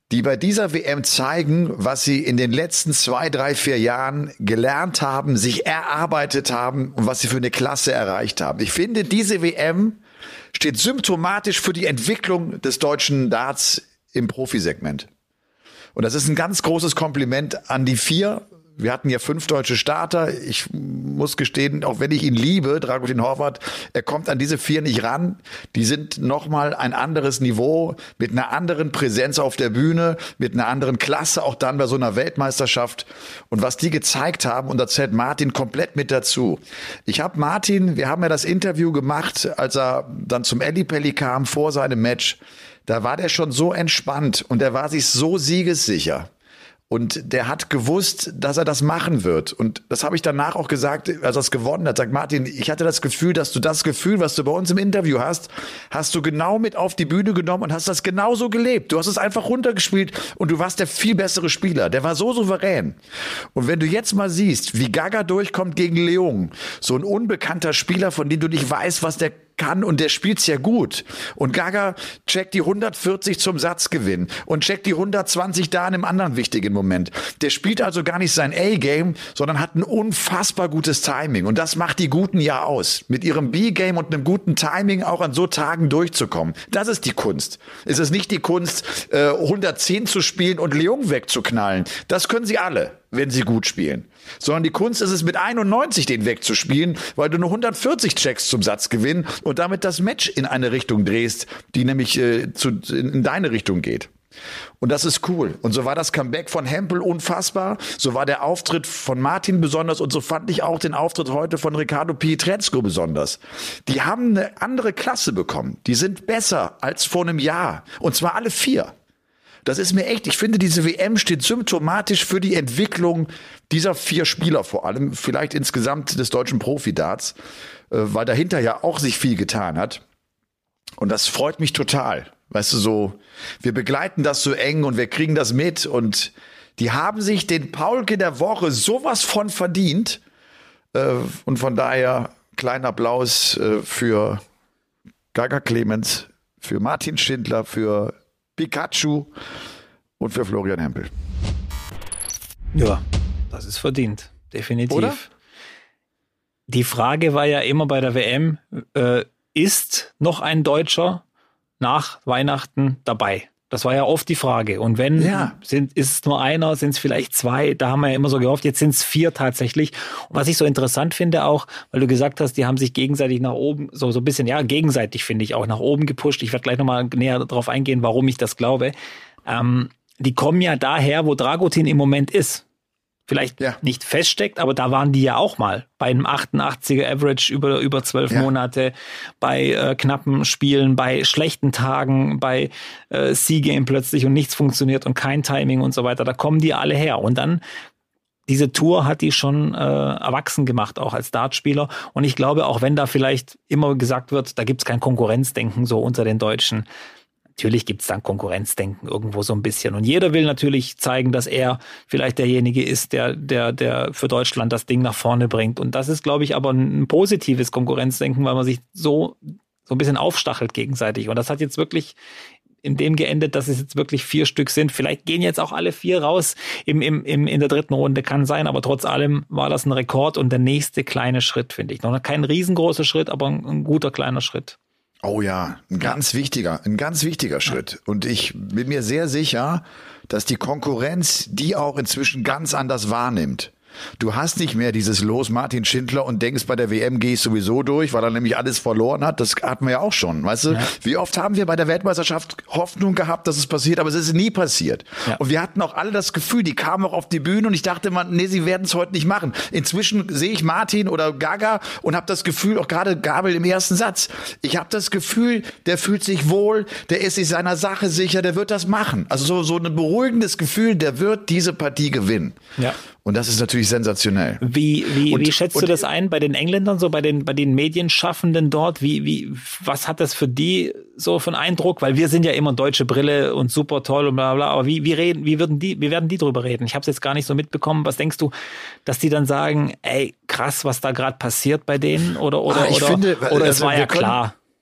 die bei dieser W M zeigen, was sie in den letzten zwei, drei, vier Jahren gelernt haben, sich erarbeitet haben und was sie für eine Klasse erreicht haben. Ich finde, diese W M steht symptomatisch für die Entwicklung des deutschen Darts im Profisegment. Und das ist ein ganz großes Kompliment an die vier. Wir hatten ja fünf deutsche Starter. Ich muss gestehen, auch wenn ich ihn liebe, Dragutin Horvat, er kommt an diese vier nicht ran. Die sind nochmal ein anderes Niveau, mit einer anderen Präsenz auf der Bühne, mit einer anderen Klasse, auch dann bei so einer Weltmeisterschaft. Und was die gezeigt haben, und da zählt Martin komplett mit dazu. Ich habe Martin, wir haben ja das Interview gemacht, als er dann zum Ellipelli kam vor seinem Match. Da war der schon so entspannt und er war sich so siegessicher. Und der hat gewusst, dass er das machen wird. Und das habe ich danach auch gesagt, als er es gewonnen hat. Sagt Martin, ich hatte das Gefühl, dass du das Gefühl, was du bei uns im Interview hast, hast du genau mit auf die Bühne genommen und hast das genauso gelebt. Du hast es einfach runtergespielt und du warst der viel bessere Spieler. Der war so souverän. Und wenn du jetzt mal siehst, wie Gaga durchkommt gegen Leung, so ein unbekannter Spieler, von dem du nicht weißt, was der kann, und der spielt's ja gut. Und Gaga checkt die hundertvierzig zum Satzgewinn und checkt die hundertzwanzig da in einem anderen wichtigen Moment. Der spielt also gar nicht sein A-Game, sondern hat ein unfassbar gutes Timing. Und das macht die Guten ja aus. Mit ihrem B-Game und einem guten Timing auch an so Tagen durchzukommen. Das ist die Kunst. Es ist nicht die Kunst, äh, hundertzehn zu spielen und Leung wegzuknallen. Das können sie alle, wenn sie gut spielen. Sondern die Kunst ist es, mit einundneunzig den wegzuspielen, weil du nur hundertvierzig checkst zum Satzgewinn und damit das Match in eine Richtung drehst, die nämlich äh, zu, in, in deine Richtung geht. Und das ist cool. Und so war das Comeback von Hempel unfassbar. So war der Auftritt von Martin besonders. Und so fand ich auch den Auftritt heute von Riccardo Pietrezco besonders. Die haben eine andere Klasse bekommen. Die sind besser als vor einem Jahr. Und zwar alle vier. Das ist mir echt, ich finde, diese W M steht symptomatisch für die Entwicklung dieser vier Spieler, vor allem vielleicht insgesamt des deutschen Profi-Darts, äh, weil dahinter ja auch sich viel getan hat. Und das freut mich total. Weißt du, so, wir begleiten das so eng und wir kriegen das mit und die haben sich den Paulke der Woche sowas von verdient. Äh, und von daher kleiner Applaus äh, für Gaga Clemens, für Martin Schindler, für Pikachu und für Florian Hempel. Ja, das ist verdient. Definitiv. Oder? Die Frage war ja immer bei der W M, äh, ist noch ein Deutscher nach Weihnachten dabei? Das war ja oft die Frage. Und wenn, ja. sind, ist es nur einer, sind es vielleicht zwei? Da haben wir ja immer so gehofft, jetzt sind es vier tatsächlich. Und was ich so interessant finde auch, weil du gesagt hast, die haben sich gegenseitig nach oben, so, so ein bisschen, ja, gegenseitig finde ich auch nach oben gepusht. Ich werde gleich nochmal näher darauf eingehen, warum ich das glaube. Ähm, die kommen ja daher, wo Dragutin im Moment ist. Vielleicht ja. nicht feststeckt, aber da waren die ja auch mal bei einem achtundachtziger Average über über zwölf ja. Monate, bei äh, knappen Spielen, bei schlechten Tagen, bei äh, C-Game plötzlich und nichts funktioniert und kein Timing und so weiter. Da kommen die alle her. Und dann, diese Tour hat die schon äh, erwachsen gemacht, auch als Dartspieler. Und ich glaube, auch wenn da vielleicht immer gesagt wird, da gibt's kein Konkurrenzdenken so unter den Deutschen, natürlich gibt es dann Konkurrenzdenken irgendwo so ein bisschen. Und jeder will natürlich zeigen, dass er vielleicht derjenige ist, der, der, der für Deutschland das Ding nach vorne bringt. Und das ist, glaube ich, aber ein positives Konkurrenzdenken, weil man sich so, so ein bisschen aufstachelt gegenseitig. Und das hat jetzt wirklich in dem geendet, dass es jetzt wirklich vier Stück sind. Vielleicht gehen jetzt auch alle vier raus im, im, im, in der dritten Runde, kann sein. Aber trotz allem war das ein Rekord und der nächste kleine Schritt, finde ich. Noch kein riesengroßer Schritt, aber ein, ein guter kleiner Schritt. Oh ja, ein ganz wichtiger, ein ganz wichtiger Schritt. Und ich bin mir sehr sicher, dass die Konkurrenz die auch inzwischen ganz anders wahrnimmt. Du hast nicht mehr dieses Los Martin Schindler und denkst, bei der W M gehe ich sowieso durch, weil er nämlich alles verloren hat. Das hatten wir ja auch schon, weißt du? Ja. Wie oft haben wir bei der Weltmeisterschaft Hoffnung gehabt, dass es passiert, aber es ist nie passiert. Ja. Und wir hatten auch alle das Gefühl, die kamen auch auf die Bühne und ich dachte man, nee, sie werden es heute nicht machen. Inzwischen sehe ich Martin oder Gaga und habe das Gefühl, auch gerade Gabel im ersten Satz, ich habe das Gefühl, der fühlt sich wohl, der ist sich seiner Sache sicher, der wird das machen. Also so, so ein beruhigendes Gefühl, der wird diese Partie gewinnen. Ja. Und das ist natürlich sensationell. Wie, wie, und, wie schätzt und, du das ein bei den Engländern, so bei den, bei den Medienschaffenden dort? Wie, wie, was hat das für die so für einen Eindruck? Weil wir sind ja immer deutsche Brille und super toll und bla, bla, aber wie, wie reden, wie würden die, wie werden die drüber reden? Ich habe es jetzt gar nicht so mitbekommen. Was denkst du, dass die dann sagen, ey, krass, was da gerade passiert bei denen? Oder, oder, ah, ich oder, finde, oder also es war ja können, klar?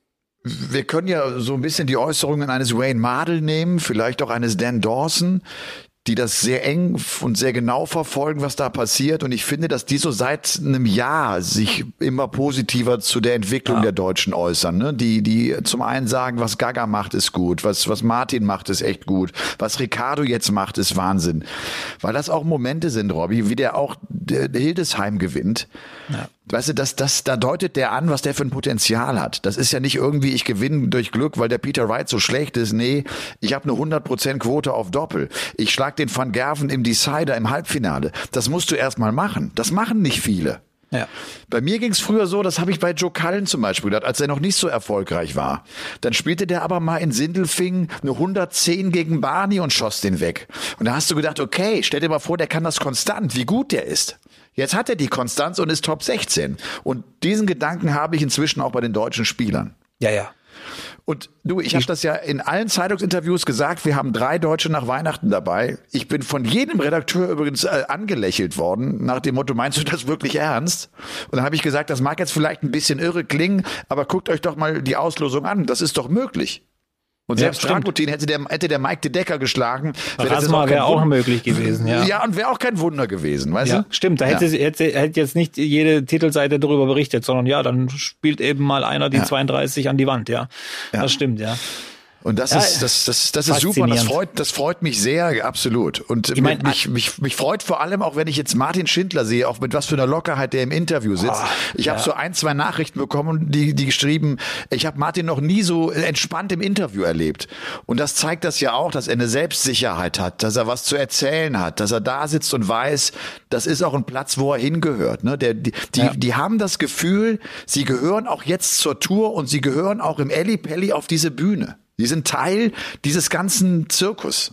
wir können ja so ein bisschen die Äußerungen eines Wayne Mardle nehmen, vielleicht auch eines Dan Dawson, die das sehr eng und sehr genau verfolgen, was da passiert. Und ich finde, dass die so seit einem Jahr sich immer positiver zu der Entwicklung ja. der Deutschen äußern. Ne? Die, die zum einen sagen, was Gaga macht, ist gut, was, was Martin macht, ist echt gut, was Ricardo jetzt macht, ist Wahnsinn. Weil das auch Momente sind, Robby, wie der auch der Hildesheim gewinnt. Ja. Weißt du, das, das, da deutet der an, was der für ein Potenzial hat. Das ist ja nicht irgendwie, ich gewinne durch Glück, weil der Peter Wright so schlecht ist. Nee, ich habe eine hundert Prozent Quote auf Doppel. Ich schlag den Van Gerven im Decider im Halbfinale. Das musst du erst mal machen. Das machen nicht viele. Ja. Bei mir ging's früher so, das habe ich bei Joe Cullen zum Beispiel gedacht, als er noch nicht so erfolgreich war. Dann spielte der aber mal in Sindelfingen eine hundertzehn gegen Barney und schoss den weg. Und da hast du gedacht, okay, stell dir mal vor, der kann das konstant, wie gut der ist. Jetzt hat er die Konstanz und ist Top sechzehn. Und diesen Gedanken habe ich inzwischen auch bei den deutschen Spielern. Ja, ja. Und du, ich habe das ja in allen Zeitungsinterviews gesagt, wir haben drei Deutsche nach Weihnachten dabei. Ich bin von jedem Redakteur übrigens äh, angelächelt worden, nach dem Motto, meinst du das wirklich ernst? Und dann habe ich gesagt, das mag jetzt vielleicht ein bisschen irre klingen, aber guckt euch doch mal die Auslosung an, das ist doch möglich. Und selbst ja, Dragutin hätte der, hätte der Mike de Decker geschlagen. Das wäre auch möglich gewesen, ja. Ja, und wäre auch kein Wunder gewesen, weißt ja, du? Stimmt, da hätte, ja. hätte, hätte jetzt nicht jede Titelseite darüber berichtet, sondern ja, dann spielt eben mal einer die ja. zweiunddreißig an die Wand, ja. ja. Das stimmt, ja. Und das ja, ist, das, das, das ist super. Das freut, das freut mich sehr, absolut. Und ich mein, mich, mich, mich freut vor allem auch, wenn ich jetzt Martin Schindler sehe, auch mit was für einer Lockerheit der im Interview sitzt. Oh, ich habe ja. so ein, zwei Nachrichten bekommen, die, die geschrieben, ich habe Martin noch nie so entspannt im Interview erlebt. Und das zeigt das ja auch, dass er eine Selbstsicherheit hat, dass er was zu erzählen hat, dass er da sitzt und weiß, das ist auch ein Platz, wo er hingehört. Ne? Der, die, die, ja. die haben das Gefühl, sie gehören auch jetzt zur Tour und sie gehören auch im Elli Pelli auf diese Bühne. Die sind Teil dieses ganzen Zirkus.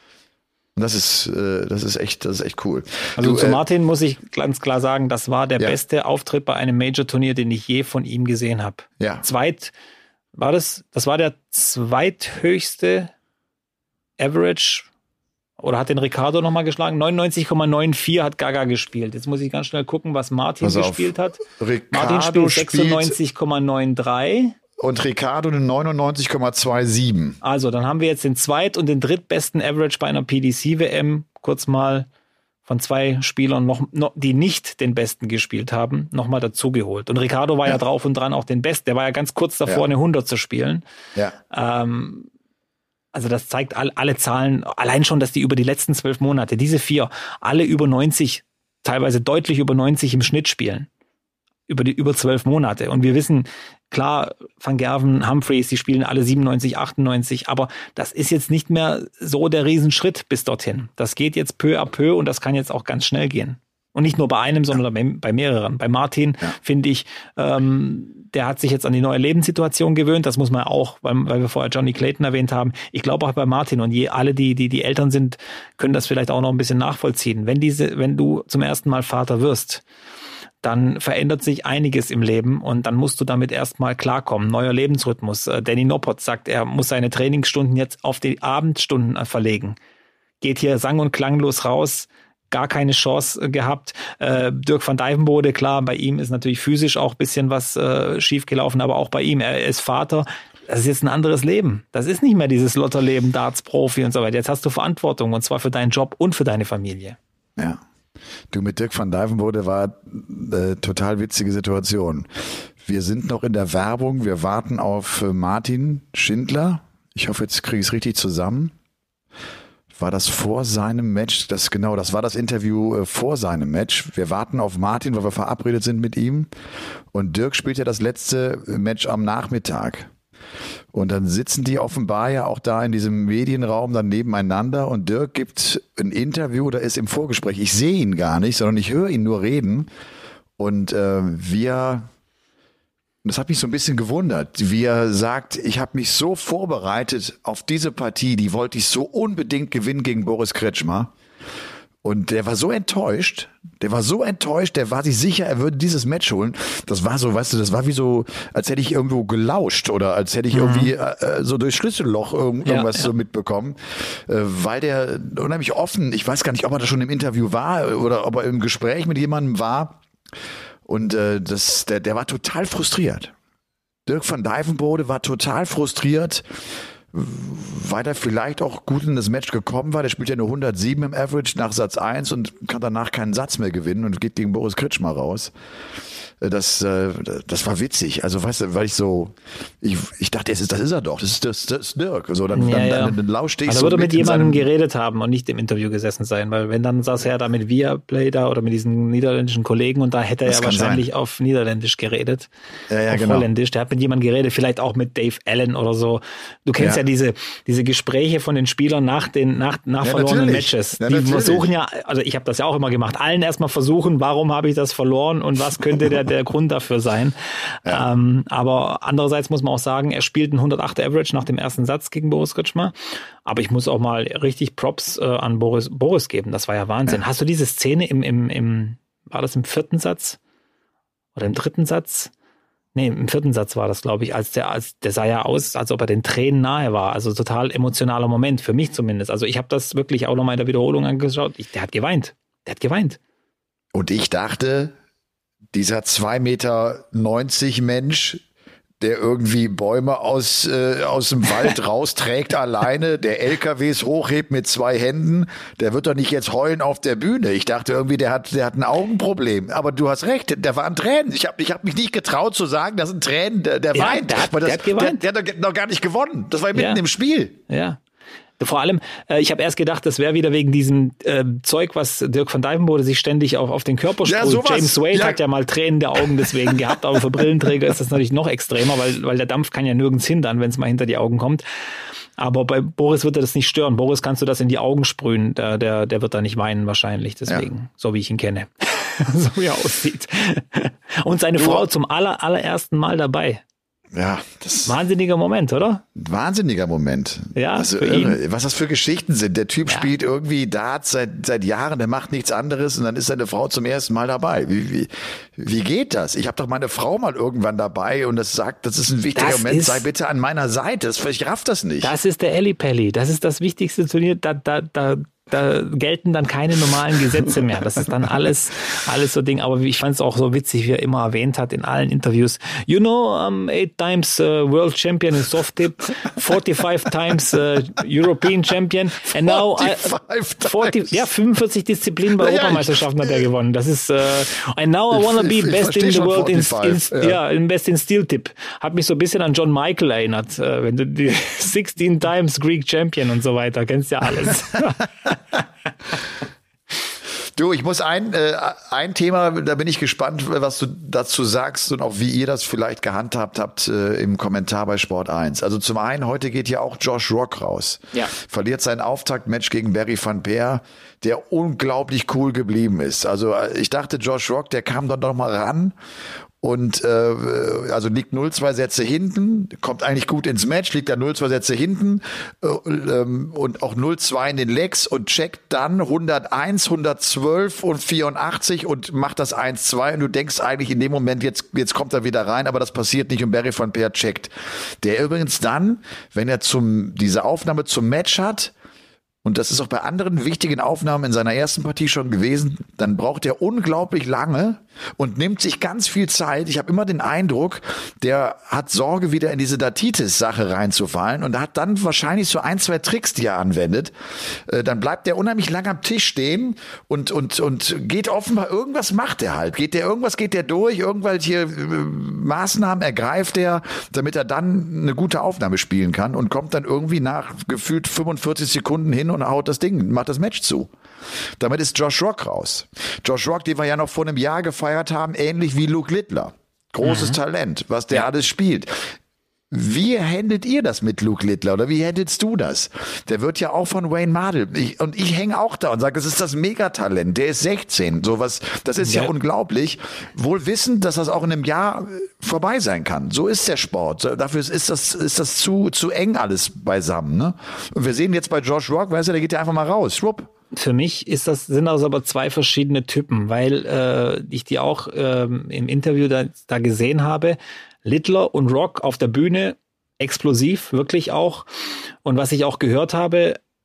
Und das ist, äh, das ist echt, das ist echt cool. Also du, zu äh, Martin muss ich ganz klar sagen, das war der ja. beste Auftritt bei einem Major-Turnier, den ich je von ihm gesehen habe. Ja. Zweit, war das, das war der zweithöchste Average, oder hat den Ricardo nochmal geschlagen? neunundneunzig Komma vierundneunzig hat Gaga gespielt. Jetzt muss ich ganz schnell gucken, was Martin gespielt hat. Ricardo Martin spielt sechsundneunzig Komma dreiundneunzig. Und Ricardo eine neunundneunzig Komma siebenundzwanzig. Also, dann haben wir jetzt den zweit- und den drittbesten Average bei einer P D C W M. Kurz mal von zwei Spielern, noch, noch die nicht den Besten gespielt haben, nochmal dazugeholt. Und Ricardo war ja. ja drauf und dran auch den Besten. Der war ja ganz kurz davor, ja. eine hundert zu spielen. Ja. Ähm, also das zeigt all, alle Zahlen, allein schon, dass die über die letzten zwölf Monate, diese vier, alle über neunzig, teilweise deutlich über neunzig im Schnitt spielen. Über die über zwölf Monate. Und wir wissen, klar, Van Gerven, Humphreys, die spielen alle siebenundneunzig, achtundneunzig, aber das ist jetzt nicht mehr so der Riesenschritt bis dorthin. Das geht jetzt peu à peu und das kann jetzt auch ganz schnell gehen. Und nicht nur bei einem, sondern ja. bei, bei mehreren. Bei Martin, ja. finde ich, ähm, der hat sich jetzt an die neue Lebenssituation gewöhnt. Das muss man auch, weil, weil wir vorher Johnny Clayton erwähnt haben. Ich glaube auch bei Martin und je, alle, die, die, die Eltern sind, können das vielleicht auch noch ein bisschen nachvollziehen. Wenn diese, wenn du zum ersten Mal Vater wirst, dann verändert sich einiges im Leben und dann musst du damit erstmal klarkommen. Neuer Lebensrhythmus. Danny Noppert sagt, er muss seine Trainingsstunden jetzt auf die Abendstunden verlegen. Geht hier sang- und klanglos raus, gar keine Chance gehabt. Äh, Dirk van Dijvenbode, klar, bei ihm ist natürlich physisch auch ein bisschen was äh, schiefgelaufen, aber auch bei ihm, er ist Vater. Das ist jetzt ein anderes Leben. Das ist nicht mehr dieses Lotterleben, Darts-Profi und so weiter. Jetzt hast du Verantwortung und zwar für deinen Job und für deine Familie. Ja. Du, mit Dirk van Dijvenbode war äh, total witzige Situation. Wir sind noch in der Werbung, wir warten auf äh, Martin Schindler. Ich hoffe, jetzt kriege ich es richtig zusammen. War das vor seinem Match? Das genau, das war das Interview äh, vor seinem Match. Wir warten auf Martin, weil wir verabredet sind mit ihm. Und Dirk spielt ja das letzte Match am Nachmittag. Und dann sitzen die offenbar ja auch da in diesem Medienraum dann nebeneinander und Dirk gibt ein Interview oder ist im Vorgespräch. Ich sehe ihn gar nicht, sondern ich höre ihn nur reden. Und äh, wir, das hat mich so ein bisschen gewundert, wie er sagt, ich habe mich so vorbereitet auf diese Partie, die wollte ich so unbedingt gewinnen gegen Boris Kretschmer. Und der war so enttäuscht, der war so enttäuscht, der war sich sicher, er würde dieses Match holen. Das war so, weißt du, das war wie so, als hätte ich irgendwo gelauscht oder als hätte ich mhm. irgendwie äh, so durch Schlüsselloch irgend, irgendwas ja, ja. so mitbekommen. Äh, weil der unheimlich offen, ich weiß gar nicht, ob er da schon im Interview war oder ob er im Gespräch mit jemandem war. Und äh, das, der, der war total frustriert. Dirk van Dijvenbode war total frustriert, weil er vielleicht auch gut in das Match gekommen war. Der spielt ja nur hundertsieben im Average nach Satz eins und kann danach keinen Satz mehr gewinnen und geht gegen Boris Kritschmer raus. Das, das war witzig. Also, weißt du, weil ich so, ich, ich dachte, das ist, das ist er doch, das ist, das, das ist Dirk. So, dann, ja, dann, ja. dann, dann lauschte ich also so würde mit, mit jemandem geredet haben und nicht im Interview gesessen sein, weil wenn, dann saß er da mit Viaplay da oder mit diesen niederländischen Kollegen und da hätte er ja wahrscheinlich sein. auf Niederländisch geredet. Ja, ja, auf genau. Holländisch. Der hat mit jemandem geredet, vielleicht auch mit Dave Allen oder so. Du kennst ja, ja diese, diese Gespräche von den Spielern nach den, nach, nach ja, verlorenen natürlich. Matches. Ja, die natürlich. versuchen ja, also ich habe das ja auch immer gemacht, allen erstmal versuchen, warum habe ich das verloren und was könnte der, der Grund dafür sein. sein. Ja. Ähm, aber andererseits muss man auch sagen, er spielt einen hundertacht Average nach dem ersten Satz gegen Boris Kritschmer. Aber ich muss auch mal richtig Props äh, an Boris, Boris geben. Das war ja Wahnsinn. Ja. Hast du diese Szene im, im, im, war das im vierten Satz? Oder im dritten Satz? Nee, im vierten Satz war das, glaube ich, als der, als der sah ja aus, als ob er den Tränen nahe war. Also total emotionaler Moment, für mich zumindest. Also ich habe das wirklich auch nochmal in der Wiederholung angeschaut. Ich, der hat geweint. Der hat geweint. Und ich dachte, dieser zwei Meter neunzig Mensch, der irgendwie Bäume aus, äh, aus dem Wald rausträgt alleine, der L K Ws hochhebt mit zwei Händen, der wird doch nicht jetzt heulen auf der Bühne. Ich dachte irgendwie, der hat, der hat ein Augenproblem. Aber du hast recht, der war an Tränen. Ich habe ich hab mich nicht getraut zu sagen, das sind Tränen, der, der ja, weint. Der hat, das, der hat geweint. Der, der hat noch gar nicht gewonnen. Das war mitten ja. im Spiel. Ja. Vor allem, äh, ich habe erst gedacht, das wäre wieder wegen diesem äh, Zeug, was Dirk van Dijvenbode sich ständig auf, auf den Körper sprüht. Ja, sowas. James Wade ja. hat ja mal Tränen der Augen deswegen gehabt, aber für Brillenträger ist das natürlich noch extremer, weil, weil der Dampf kann ja nirgends hindern, wenn es mal hinter die Augen kommt. Aber bei Boris wird er das nicht stören. Boris kannst du das in die Augen sprühen, der, der, der wird da nicht weinen wahrscheinlich, deswegen, ja. so wie ich ihn kenne. So wie er aussieht. Und seine du. Frau zum aller, allerersten Mal dabei. Ja, das wahnsinniger Moment, oder? Wahnsinniger Moment. Ja, also für irre, ihn. Was das für Geschichten sind. Der Typ ja. spielt irgendwie Darts seit seit Jahren, der macht nichts anderes und dann ist seine Frau zum ersten Mal dabei. Wie wie wie geht das? Ich habe doch meine Frau mal irgendwann dabei und das sagt, das ist ein wichtiger das Moment. Ist, sei bitte an meiner Seite. Das, ich raff das nicht. Das ist der Ellipelli. Das ist das wichtigste Turnier. Da da da Da gelten dann keine normalen Gesetze mehr. Das ist dann alles, alles so Ding. Aber ich fand es auch so witzig, wie er immer erwähnt hat in allen Interviews. You know, I'm eight times uh, World Champion in Soft Tip, forty-five times uh, European Champion, and now I, forty, ja, fünfundvierzig Disziplinen bei ja, Europameisterschaften hat er gewonnen. Das ist, uh, and now I wanna be best in the world in, in, ja. ja, best in Steel Tip. Hat mich so ein bisschen an John Michael erinnert, uh, wenn du die sixteen times Greek Champion und so weiter, kennst ja alles. Du, ich muss ein, äh, ein Thema, da bin ich gespannt, was du dazu sagst und auch wie ihr das vielleicht gehandhabt habt äh, im Kommentar bei Sport eins. Also zum einen, heute geht ja auch Josh Rock raus. Ja. Verliert sein Auftaktmatch gegen Barry van Peer, der unglaublich cool geblieben ist. Also ich dachte, Josh Rock, der kam dann doch mal ran. Und äh, also liegt null zwei Sätze hinten, kommt eigentlich gut ins Match, liegt da null zwei Sätze hinten äh, ähm, und auch null zwei in den Legs und checkt dann hunderteins, hundertzwölf und vierundachtzig und macht das eins zwei und du denkst eigentlich in dem Moment, jetzt jetzt kommt er wieder rein, aber das passiert nicht und Barry van Peer checkt. Der übrigens dann, wenn er zum diese Aufnahme zum Match hat, und das ist auch bei anderen wichtigen Aufnahmen in seiner ersten Partie schon gewesen, dann braucht er unglaublich lange und nimmt sich ganz viel Zeit. Ich habe immer den Eindruck, der hat Sorge, wieder in diese Datitis-Sache reinzufallen und hat dann wahrscheinlich so ein, zwei Tricks, die er anwendet. Äh, dann bleibt der unheimlich lang am Tisch stehen und und und geht offenbar, irgendwas macht er halt. Geht der irgendwas geht der durch, irgendwelche äh, Maßnahmen ergreift er, damit er dann eine gute Aufnahme spielen kann und kommt dann irgendwie nach gefühlt fünfundvierzig Sekunden hin und haut das Ding, macht das Match zu. Damit ist Josh Rock raus. Josh Rock, den wir ja noch vor einem Jahr gefeiert haben, ähnlich wie Luke Littler. Großes mhm. Talent, was der ja. alles spielt. Wie handelt ihr das mit Luke Littler oder wie handelst du das? Der wird ja auch von Wayne Mardell. Ich, und ich hänge auch da und sage, das ist das Megatalent. Der ist sechzehn. Sowas, das ist ja. ja unglaublich. Wohl wissend, dass das auch in einem Jahr vorbei sein kann. So ist der Sport. Dafür ist das, ist das zu, zu eng alles beisammen. Ne? Und wir sehen jetzt bei Josh Rock, weißt du, der geht ja einfach mal raus. Schwupp. Für mich ist das, sind das aber zwei verschiedene Typen, weil äh, ich die auch ähm, im Interview da, da gesehen habe. Littler und Rock auf der Bühne, explosiv, wirklich auch. Und was ich auch gehört habe,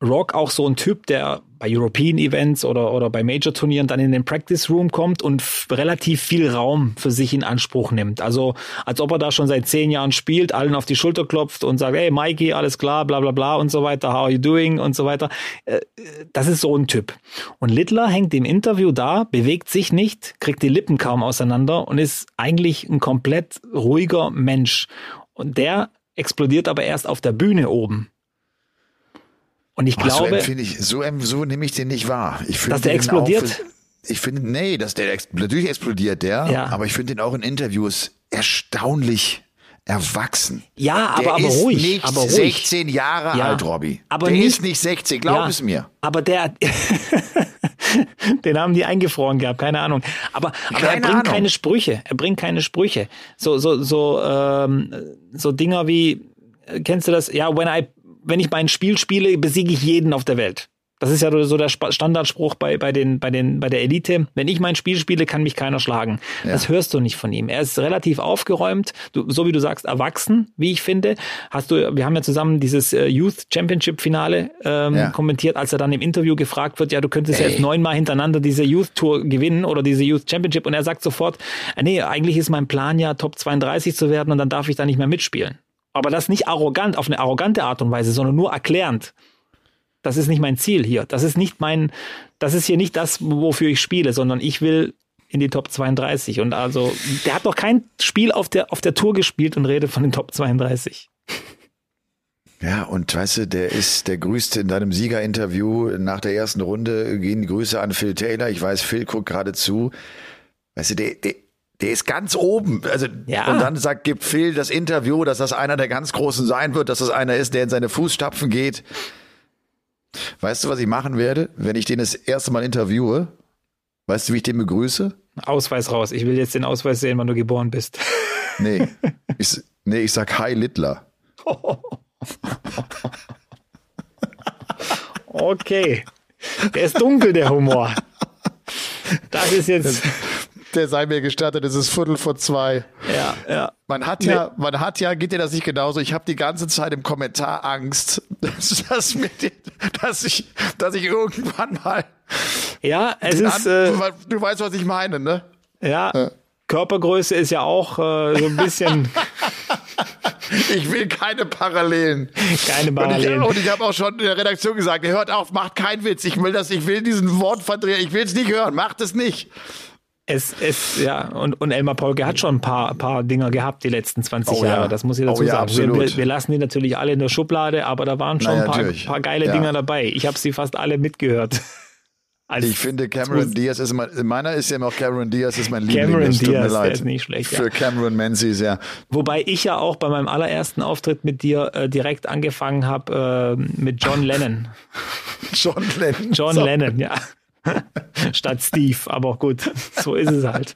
Rock auch so ein Typ, der bei European Events oder, oder bei Major-Turnieren dann in den Practice Room kommt und f- relativ viel Raum für sich in Anspruch nimmt. Also als ob er da schon seit zehn Jahren spielt, allen auf die Schulter klopft und sagt, hey Mikey, alles klar, bla bla bla und so weiter, how are you doing und so weiter. Das ist so ein Typ. Und Littler hängt im Interview da, bewegt sich nicht, kriegt die Lippen kaum auseinander und ist eigentlich ein komplett ruhiger Mensch. Und der explodiert aber erst auf der Bühne oben. Und ich Ach, glaube, so, ich, so, so nehme ich den nicht wahr. Ich dass der explodiert? Für, ich finde, nee, dass der natürlich explodiert der, Ja. aber ich finde den auch in Interviews erstaunlich erwachsen. Ja, aber, der aber ist ruhig. nicht aber ruhig. sechzehn Jahre Ja, alt, Robby. aber der nicht- ist nicht sechzehn, glaub Ja, es mir. Aber der, den haben die eingefroren gehabt, keine Ahnung. Aber, aber er Keine bringt Ahnung. keine Sprüche. Er bringt keine Sprüche. So, so, so, ähm, so Dinger wie, äh, kennst du das? Ja, when I, wenn ich mein Spiel spiele, besiege ich jeden auf der Welt. Das ist ja so der Sp- Standardspruch bei, bei den, bei den, bei der Elite. Wenn ich mein Spiel spiele, kann mich keiner schlagen. Ja. Das hörst du nicht von ihm. Er ist relativ aufgeräumt, du, so wie du sagst, erwachsen, wie ich finde. Hast du, wir haben ja zusammen dieses äh, Youth Championship Finale ähm, Ja. kommentiert, als er dann im Interview gefragt wird, ja, du könntest ja Ey. jetzt neunmal hintereinander diese Youth Tour gewinnen oder diese Youth Championship. Und er sagt sofort, äh, nee, eigentlich ist mein Plan ja Top zweiunddreißig zu werden und dann darf ich da nicht mehr mitspielen. Aber das nicht arrogant, auf eine arrogante Art und Weise, sondern nur erklärend. Das ist nicht mein Ziel hier. Das ist nicht mein, das ist hier nicht das, wofür ich spiele, sondern ich will in die Top zweiunddreißig. Und also, der hat doch kein Spiel auf der, auf der Tour gespielt und redet von den Top zweiunddreißig. Ja, und weißt du, der ist, der grüßt in deinem Siegerinterview nach der ersten Runde, gehen die Grüße an Phil Taylor. Ich weiß, Phil guckt gerade zu. Weißt du, der, der, der ist ganz oben. Also, Ja. und dann sagt, gibt Phil das Interview, dass das einer der ganz Großen sein wird, dass das einer ist, der in seine Fußstapfen geht. Weißt du, was ich machen werde, wenn ich den das erste Mal interviewe? Weißt du, wie ich den begrüße? Ausweis raus. Ich will jetzt den Ausweis sehen, wann du geboren bist. Nee, ich, nee, ich sag Hi Littler. Okay. Der ist dunkel, der Humor. Das ist jetzt, Der sei mir gestattet, es ist Viertel vor zwei. ja, ja. Man hat ja, man hat ja, geht dir das nicht genauso? Ich habe die ganze Zeit im Kommentar Angst, dass, dass, mir die, dass ich, dass ich irgendwann mal. Ja, es den ist, an- äh, du weißt, was ich meine, ne? ja, Körpergröße ist ja auch äh, so ein bisschen Ich will keine Parallelen. keine Parallelen. Und ich, und ich habe auch schon in der Redaktion gesagt, hört auf, macht keinen Witz. Ich will das, ich will diesen Wortverdreher, ich will es nicht hören, macht es nicht. Es, es, ja, und, und Elmar Paulke hat schon ein paar, paar Dinger gehabt die letzten zwanzig Oh ja. Jahre. Das muss ich dazu Oh ja, sagen. Wir, absolut. wir, wir lassen die natürlich alle in der Schublade, aber da waren schon Na, ein paar, natürlich. paar geile Ja. Dinger dabei. Ich habe sie fast alle mitgehört. Als, Ich finde, Cameron Diaz ist immer, meiner ist ja immer auch Cameron Diaz ist mein Cameron Liebling. Das tut mir Diaz, der leid. ist nicht schlecht, ja. Für Cameron Menzies, ja. Wobei ich ja auch bei meinem allerersten Auftritt mit dir äh, direkt angefangen habe äh, mit John Lennon. John Lennon. John So. Lennon, ja. Statt Steve, aber gut, so ist es halt.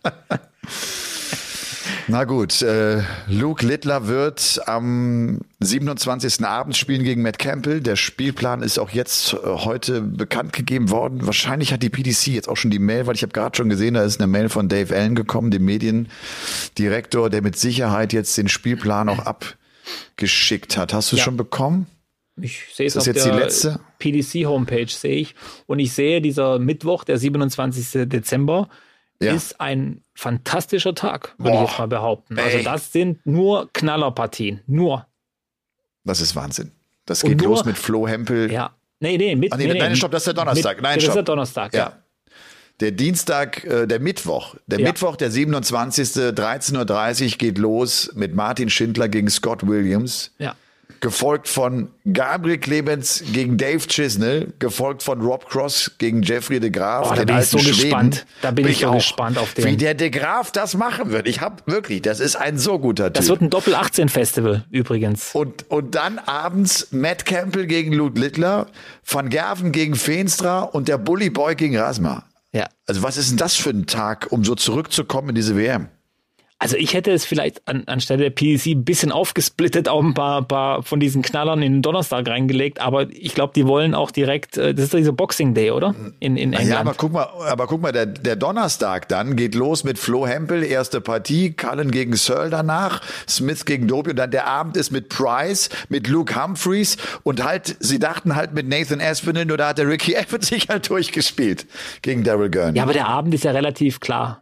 Na gut, äh, Luke Littler wird am siebenundzwanzigsten abends spielen gegen Matt Campbell. Der Spielplan ist auch jetzt äh, heute bekannt gegeben worden. Wahrscheinlich hat die P D C jetzt auch schon die Mail, weil ich habe gerade schon gesehen, da ist eine Mail von Dave Allen gekommen, dem Mediendirektor, der mit Sicherheit jetzt den Spielplan auch abgeschickt hat. Hast du es Ja. schon bekommen? Ich sehe es Ist auf das jetzt der die letzte? P D C-Homepage, sehe ich. Und ich sehe, dieser Mittwoch, der siebenundzwanzigsten Dezember, Ja. ist ein fantastischer Tag, würde Boah, ich jetzt mal behaupten. Also ey. das sind nur Knallerpartien. Nur. Das ist Wahnsinn. Das Und geht nur- los mit Flo Hempel. Ja. Nee, nee, mit. Ah, nee, nee, nein, nee, stopp, das ist der Donnerstag. Mit, Nein, das stopp. ist der Donnerstag, ja. Ja. Der Dienstag, äh, der Mittwoch, der Ja. Mittwoch, der siebenundzwanzigsten dreizehn Uhr dreißig geht los mit Martin Schindler gegen Scott Williams. Ja. Gefolgt von Gabriel Clemens gegen Dave Chisnell, gefolgt von Rob Cross gegen Jeffrey de Graaf. Oh, da den bin ich alten so Schweden. gespannt. Da bin ich so auch. gespannt auf den. Wie der de Graaf das machen wird. Ich hab wirklich, das ist ein so guter Typ. Das wird ein Doppel achtzehn Festival übrigens. Und, und dann abends Matt Campbell gegen Luke Littler, Van Gerven gegen Veenstra und der Bully Boy gegen Rasma. Ja. Also was ist denn das für ein Tag, um so zurückzukommen in diese W M? Also ich hätte es vielleicht an, anstelle der P D C ein bisschen aufgesplittet, auch ein paar, paar von diesen Knallern in den Donnerstag reingelegt, aber ich glaube, die wollen auch direkt, das ist doch dieser Boxing Day, oder? In, in England. Ja, aber guck mal, aber guck mal, der, der Donnerstag dann geht los mit Flo Hempel, erste Partie, Cullen gegen Searle danach, Smith gegen Doby und dann der Abend ist mit Price, mit Luke Humphreys und halt, sie dachten halt mit Nathan Aspinall, nur da hat der Ricky Evans sich halt durchgespielt gegen Daryl Gurney. Ja, aber der Abend ist ja relativ klar.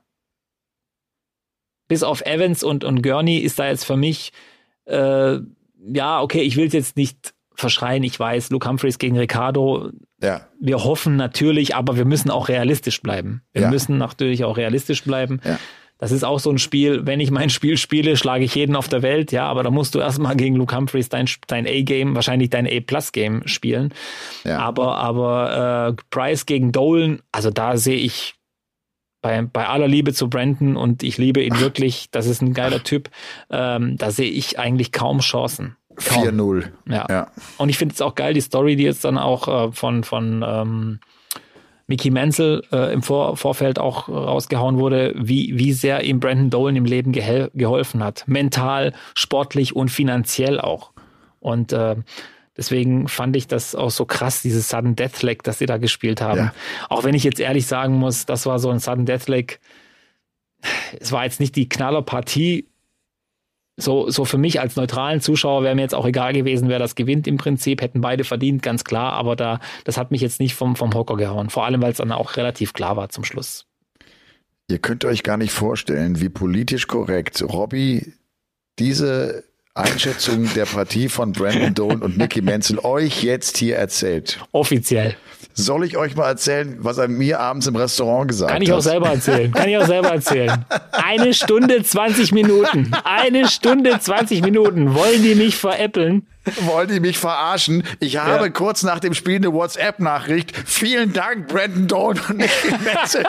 Bis auf Evans und, und Gurney ist da jetzt für mich, äh, ja, okay, ich will es jetzt nicht verschreien, ich weiß, Luke Humphreys gegen Ricardo, ja. Wir hoffen natürlich, aber wir müssen auch realistisch bleiben. Wir ja. müssen natürlich auch realistisch bleiben. Ja. Das ist auch so ein Spiel, wenn ich mein Spiel spiele, schlage ich jeden auf der Welt, ja, aber da musst du erstmal gegen Luke Humphreys dein, dein A-Game, wahrscheinlich dein A-Plus-Game spielen. Ja. Aber, aber äh, Price gegen Dolan, also da sehe ich Bei, bei aller Liebe zu Brandon und ich liebe ihn wirklich, das ist ein geiler Typ, ähm, da sehe ich eigentlich kaum Chancen. Kaum. vier null. Ja. ja. Und ich finde es auch geil, die Story, die jetzt dann auch äh, von, von ähm, Mickey Menzel äh, im Vor- Vorfeld auch rausgehauen wurde, wie, wie sehr ihm Brandon Dolan im Leben gehel- geholfen hat. Mental, sportlich und finanziell auch. Und äh, deswegen fand ich das auch so krass, dieses Sudden Death Leg, das sie da gespielt haben. Ja. Auch wenn ich jetzt ehrlich sagen muss, das war so ein Sudden Death Leg. Es war jetzt nicht die Knallerpartie. So, so für mich als neutralen Zuschauer wäre mir jetzt auch egal gewesen, wer das gewinnt im Prinzip. Hätten beide verdient, ganz klar. Aber da, das hat mich jetzt nicht vom, vom Hocker gehauen. Vor allem, weil es dann auch relativ klar war zum Schluss. Ihr könnt euch gar nicht vorstellen, wie politisch korrekt Robbie diese Einschätzung der Partie von Brandon Dolan und Mickey Menzel euch jetzt hier erzählt. Offiziell. Soll ich euch mal erzählen, was er mir abends im Restaurant gesagt hat? Kann ich auch selber erzählen. Kann ich auch selber erzählen. Eine Stunde, zwanzig Minuten. Eine Stunde, zwanzig Minuten. Wollen die mich veräppeln? Wollen die mich verarschen? Ich habe ja. kurz nach dem Spiel eine WhatsApp-Nachricht. Vielen Dank, Brandon Dolan und Mickey Menzel.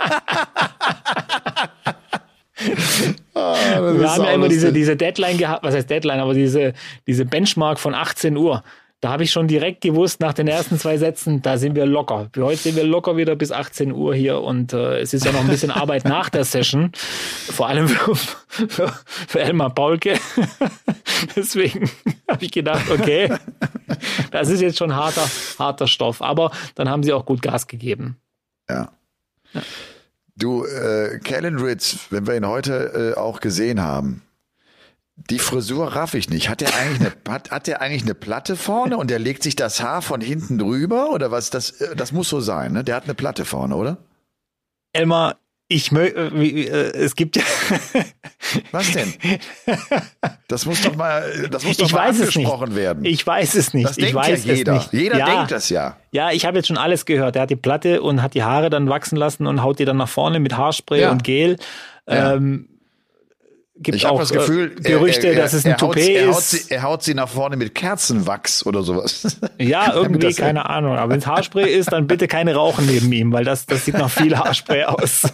Ah, wir haben ja immer diese, diese Deadline gehabt, was heißt Deadline, aber diese, diese Benchmark von achtzehn Uhr. Da habe ich schon direkt gewusst, nach den ersten zwei Sätzen, da sind wir locker. Für heute sind wir locker wieder bis achtzehn Uhr hier und äh, es ist ja noch ein bisschen Arbeit nach der Session. Vor allem für, für, für Elmar Paulke. Deswegen habe ich gedacht, okay, das ist jetzt schon harter, harter Stoff. Aber dann haben sie auch gut Gas gegeben. Ja. ja. Du, äh, Kellen Ritz, wenn wir ihn heute äh, auch gesehen haben, die Frisur raff ich nicht. Hat der eigentlich eine, hat, hat der eigentlich eine Platte vorne und der legt sich das Haar von hinten drüber oder was? Das, das muss so sein, ne? Der hat eine Platte vorne, oder? Elmar, ich möchte, äh, es gibt ja. Was denn? Das muss doch mal, das muss doch ich mal weiß angesprochen es nicht. werden. Ich weiß es nicht. Das ich denkt weiß ja jeder. Es nicht. Jeder ja. denkt das ja. Ja, ich habe jetzt schon alles gehört. Er hat die Platte und hat die Haare dann wachsen lassen und haut die dann nach vorne mit Haarspray ja. und Gel. Ja. Ähm, gibt ich auch das Gefühl, Gerüchte, er, er, er, dass es ein er Toupet er ist. Haut sie, er haut sie nach vorne mit Kerzenwachs oder sowas. Ja, irgendwie, keine Ahnung. Aber wenn es Haarspray ist, dann bitte keine rauchen neben ihm, weil das, das sieht nach viel Haarspray aus.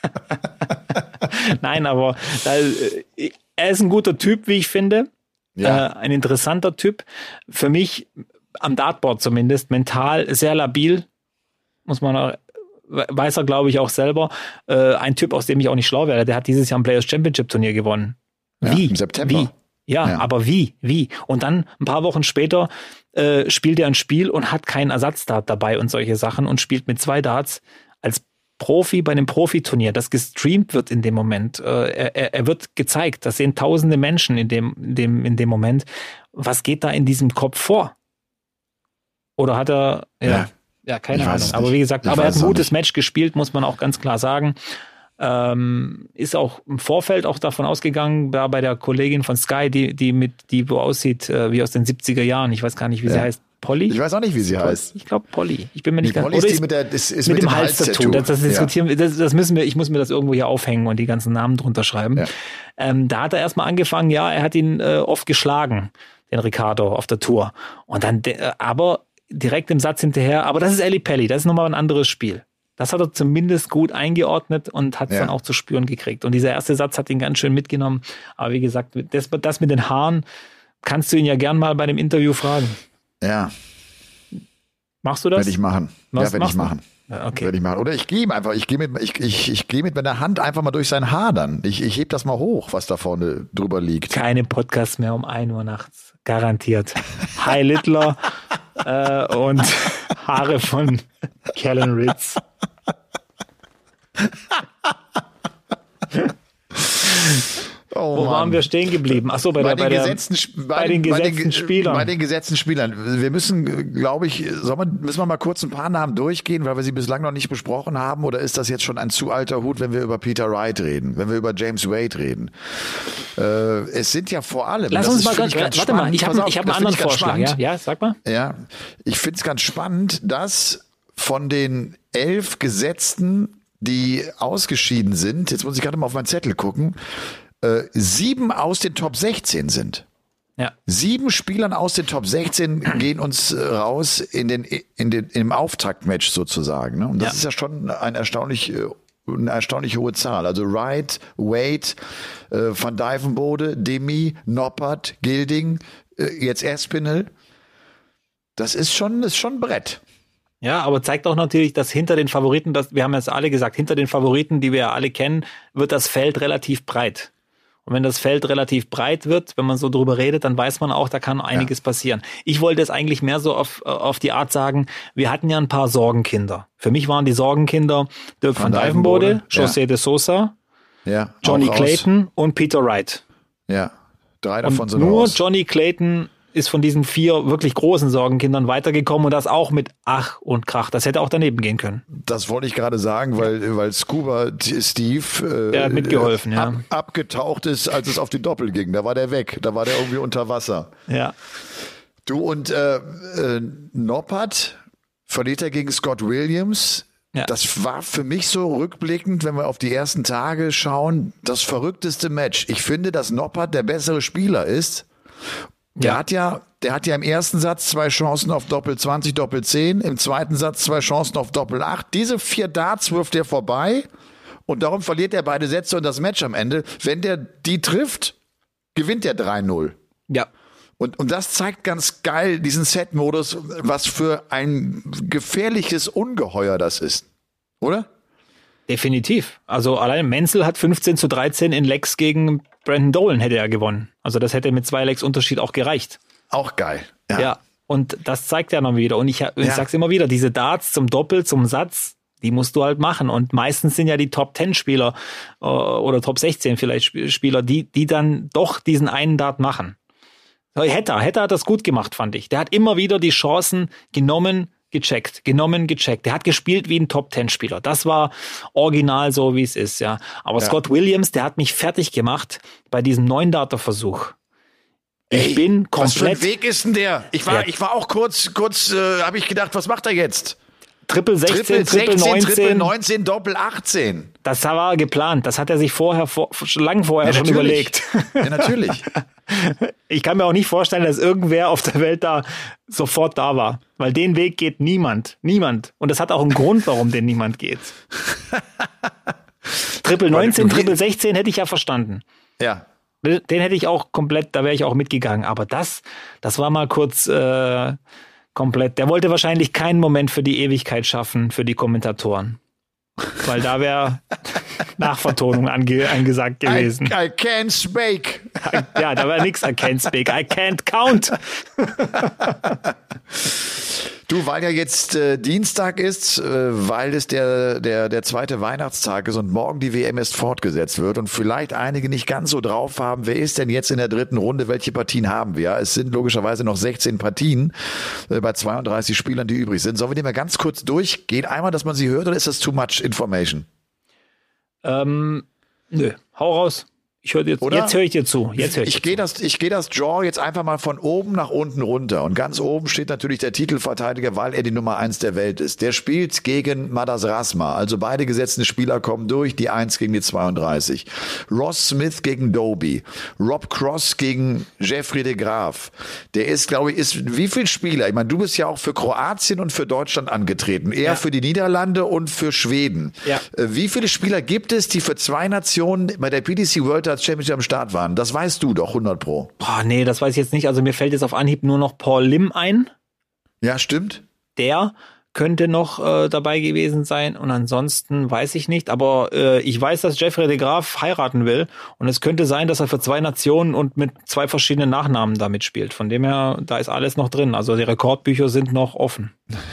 Nein, aber da, er ist ein guter Typ, wie ich finde. Ja. Äh, ein interessanter Typ. Für mich, am Dartboard zumindest, mental sehr labil. Muss man auch, weiß er, glaube ich, auch selber. Äh, ein Typ, aus dem ich auch nicht schlau werde. Der hat dieses Jahr ein Players Championship Turnier gewonnen. Ja, wie? Im September. Wie? Ja, ja, aber wie? Wie? Und dann ein paar Wochen später äh, spielt er ein Spiel und hat keinen Ersatzdart dabei und solche Sachen und spielt mit zwei Darts als Profi bei einem Profiturnier, das gestreamt wird in dem Moment. Äh, er, er wird gezeigt, das sehen tausende Menschen in dem, in dem, in dem Moment. Was geht da in diesem Kopf vor? Oder hat er, ja, ja, ja keine Ahnung. Aber wie gesagt, ich aber er hat ein gutes Match gespielt, muss man auch ganz klar sagen. Ähm, ist auch im Vorfeld auch davon ausgegangen, da bei der Kollegin von Sky, die, die mit, die so aussieht, äh, wie aus den siebziger Jahren. Ich weiß gar nicht, wie ja. sie heißt. Polly? Ich weiß auch nicht, wie sie Polly. heißt. Ich glaube Polly. Ich bin mir nicht die ganz Polly ist die mit, der, ist, ist mit, mit dem, dem Hals-Tattoo. Das, das diskutieren ja. das, das müssen wir, ich muss mir das irgendwo hier aufhängen und die ganzen Namen drunter schreiben. Ja. Ähm, da hat er erstmal angefangen, ja, er hat ihn äh, oft geschlagen, den Ricardo auf der Tour. Und dann, äh, aber direkt im Satz hinterher, aber das ist Eli Pelli, das ist nochmal ein anderes Spiel. Das hat er zumindest gut eingeordnet und hat es ja. dann auch zu spüren gekriegt. Und dieser erste Satz hat ihn ganz schön mitgenommen. Aber wie gesagt, das, das mit den Haaren kannst du ihn ja gern mal bei dem Interview fragen. Ja. Machst du das? Werde ich machen. Was ja, werde ich machen. Ja, okay. Werde ich machen. Oder ich gehe ihm einfach, ich gehe mit, ich, ich, ich gehe mit meiner Hand einfach mal durch sein Haar dann. Ich, ich heb das mal hoch, was da vorne drüber liegt. Keine Podcasts mehr um ein Uhr nachts. Garantiert. Hi Littler äh, und Haare von Callan Ritz. Oh, Wo Mann. waren wir stehen geblieben? Achso, bei, bei, der, den bei, der, gesetzten, bei den gesetzten Spielern. Bei den gesetzten Spielern. Wir müssen, glaube ich, soll man, müssen wir mal kurz ein paar Namen durchgehen, weil wir sie bislang noch nicht besprochen haben, oder ist das jetzt schon ein zu alter Hut, wenn wir über Peter Wright reden, wenn wir über James Wade reden? Äh, es sind ja vor allem. Lass das uns ist, mal ganz, ganz warte mal, ich habe auf, ich hab einen anderen Vorschlag. Ja, ja, sag mal. Ja, ich finde es ganz spannend, dass von den elf Gesetzten, die ausgeschieden sind, jetzt muss ich gerade mal auf meinen Zettel gucken, äh, sieben aus den Top sechzehn sind. Ja. Sieben Spielern aus den Top sechzehn gehen uns äh, raus in den, in den, im Auftaktmatch sozusagen. Ne? Und das Ja. ist ja schon ein erstaunlich, äh, eine erstaunlich hohe Zahl. Also Wright, Wade, äh, Van Dijvenbode, Demi, Noppert, Gilding, äh, jetzt Espinel. Das ist schon, ist schon ein Brett. Ja, aber zeigt auch natürlich, dass hinter den Favoriten, das, wir haben es alle gesagt, hinter den Favoriten, die wir ja alle kennen, wird das Feld relativ breit. Und wenn das Feld relativ breit wird, wenn man so drüber redet, dann weiß man auch, da kann einiges ja. passieren. Ich wollte es eigentlich mehr so auf, auf die Art sagen, wir hatten ja ein paar Sorgenkinder. Für mich waren die Sorgenkinder Dirk van, van Dijvenbode, José ja. de Sosa, ja, Johnny Clayton und Peter Wright. Ja, drei davon und sind nur raus. Johnny Clayton ist von diesen vier wirklich großen Sorgenkindern weitergekommen und das auch mit Ach und Krach. Das hätte auch daneben gehen können. Das wollte ich gerade sagen, weil, weil Scuba Steve äh, der hat mitgeholfen, ab, ja. abgetaucht ist, als es auf die Doppel ging. Da war der weg. Da war der irgendwie unter Wasser. Ja. Du und äh, äh, Noppert verliert er gegen Scott Williams. Ja. Das war für mich so rückblickend, wenn wir auf die ersten Tage schauen, das verrückteste Match. Ich finde, dass Noppert der bessere Spieler ist. Der ja. hat ja, der hat ja im ersten Satz zwei Chancen auf Doppel zwanzig, Doppel zehn, im zweiten Satz zwei Chancen auf Doppel acht. Diese vier Darts wirft er vorbei und darum verliert er beide Sätze und das Match am Ende. Wenn der die trifft, gewinnt er drei null. Ja. Und, und das zeigt ganz geil diesen Set-Modus, was für ein gefährliches Ungeheuer das ist. Oder? Definitiv. Also allein Menzel hat fünfzehn zu dreizehn in Lecks gegen Brandon Dolan hätte er gewonnen. Also das hätte mit zwei Lecks Unterschied auch gereicht. Auch geil. Ja. ja. Und das zeigt ja noch wieder. Und ich, ich ja. sag's immer wieder, diese Darts zum Doppel, zum Satz, die musst du halt machen. Und meistens sind ja die Top zehn Spieler äh, oder Top sechzehn vielleicht Spieler, die, die dann doch diesen einen Dart machen. Hetter, Hetter hat das gut gemacht, fand ich. Der hat immer wieder die Chancen genommen, gecheckt, genommen, gecheckt. Der hat gespielt wie ein Top Ten Spieler. Das war original so, wie es ist, ja. Aber ja. Scott Williams, der hat mich fertig gemacht bei diesem Neun-Darter-Versuch. Ich Ey, bin komplett... Was für ein Weg ist denn der? Ich war, ja. ich war auch kurz, kurz, äh, habe ich gedacht, was macht er jetzt? Triple sechzehn, Triple neunzehn, Triple neunzehn, Doppel achtzehn. Das war geplant. Das hat er sich vorher, vor, lang vorher ja, schon überlegt. Ja, natürlich. Ich kann mir auch nicht vorstellen, dass irgendwer auf der Welt da sofort da war. Weil den Weg geht niemand. Niemand. Und das hat auch einen Grund, warum den niemand geht. Triple neunzehn, Triple sechzehn hätte ich ja verstanden. Ja. Den hätte ich auch komplett, da wäre ich auch mitgegangen. Aber das, das war mal kurz äh, komplett. Der wollte wahrscheinlich keinen Moment für die Ewigkeit schaffen, für die Kommentatoren. Weil da wäre Nachvertonung ange, angesagt gewesen. I, I can't speak. Ja, da war nix, I can't speak. I can't count. Du, weil ja jetzt äh, Dienstag ist, äh, weil es der, der, der zweite Weihnachtstag ist und morgen die W M erst fortgesetzt wird und vielleicht einige nicht ganz so drauf haben, wer ist denn jetzt in der dritten Runde, welche Partien haben wir? Es sind logischerweise noch sechzehn Partien äh, bei zweiunddreißig Spielern, die übrig sind. Sollen wir die mal ganz kurz durchgehen? Einmal, dass man sie hört, oder ist das too much information? Ähm, nö, hau raus. Ich höre jetzt, jetzt höre ich dir zu. Jetzt höre ich ich gehe das, ich gehe das Draw jetzt einfach mal von oben nach unten runter. Und ganz oben steht natürlich der Titelverteidiger, weil er die Nummer eins der Welt ist. Der spielt gegen Madars Rasma. Also beide gesetzten Spieler kommen durch, die eins gegen die zweiunddreißig. Ross Smith gegen Doby. Rob Cross gegen Jeffrey de Graaf. Der ist, glaube ich, ist wie viel Spieler? Ich meine, du bist ja auch für Kroatien und für Deutschland angetreten. Eher ja. für die Niederlande und für Schweden. Ja. Wie viele Spieler gibt es, die für zwei Nationen bei der P D C World Championship am Start waren? Das weißt du doch, hundert Pro. Boah, nee, das weiß ich jetzt nicht. Also mir fällt jetzt auf Anhieb nur noch Paul Lim ein. Ja, stimmt. Der könnte noch äh, dabei gewesen sein und ansonsten weiß ich nicht, aber äh, ich weiß, dass Jeffrey de Graaf heiraten will und es könnte sein, dass er für zwei Nationen und mit zwei verschiedenen Nachnamen da mitspielt. Von dem her, da ist alles noch drin, also die Rekordbücher sind noch offen.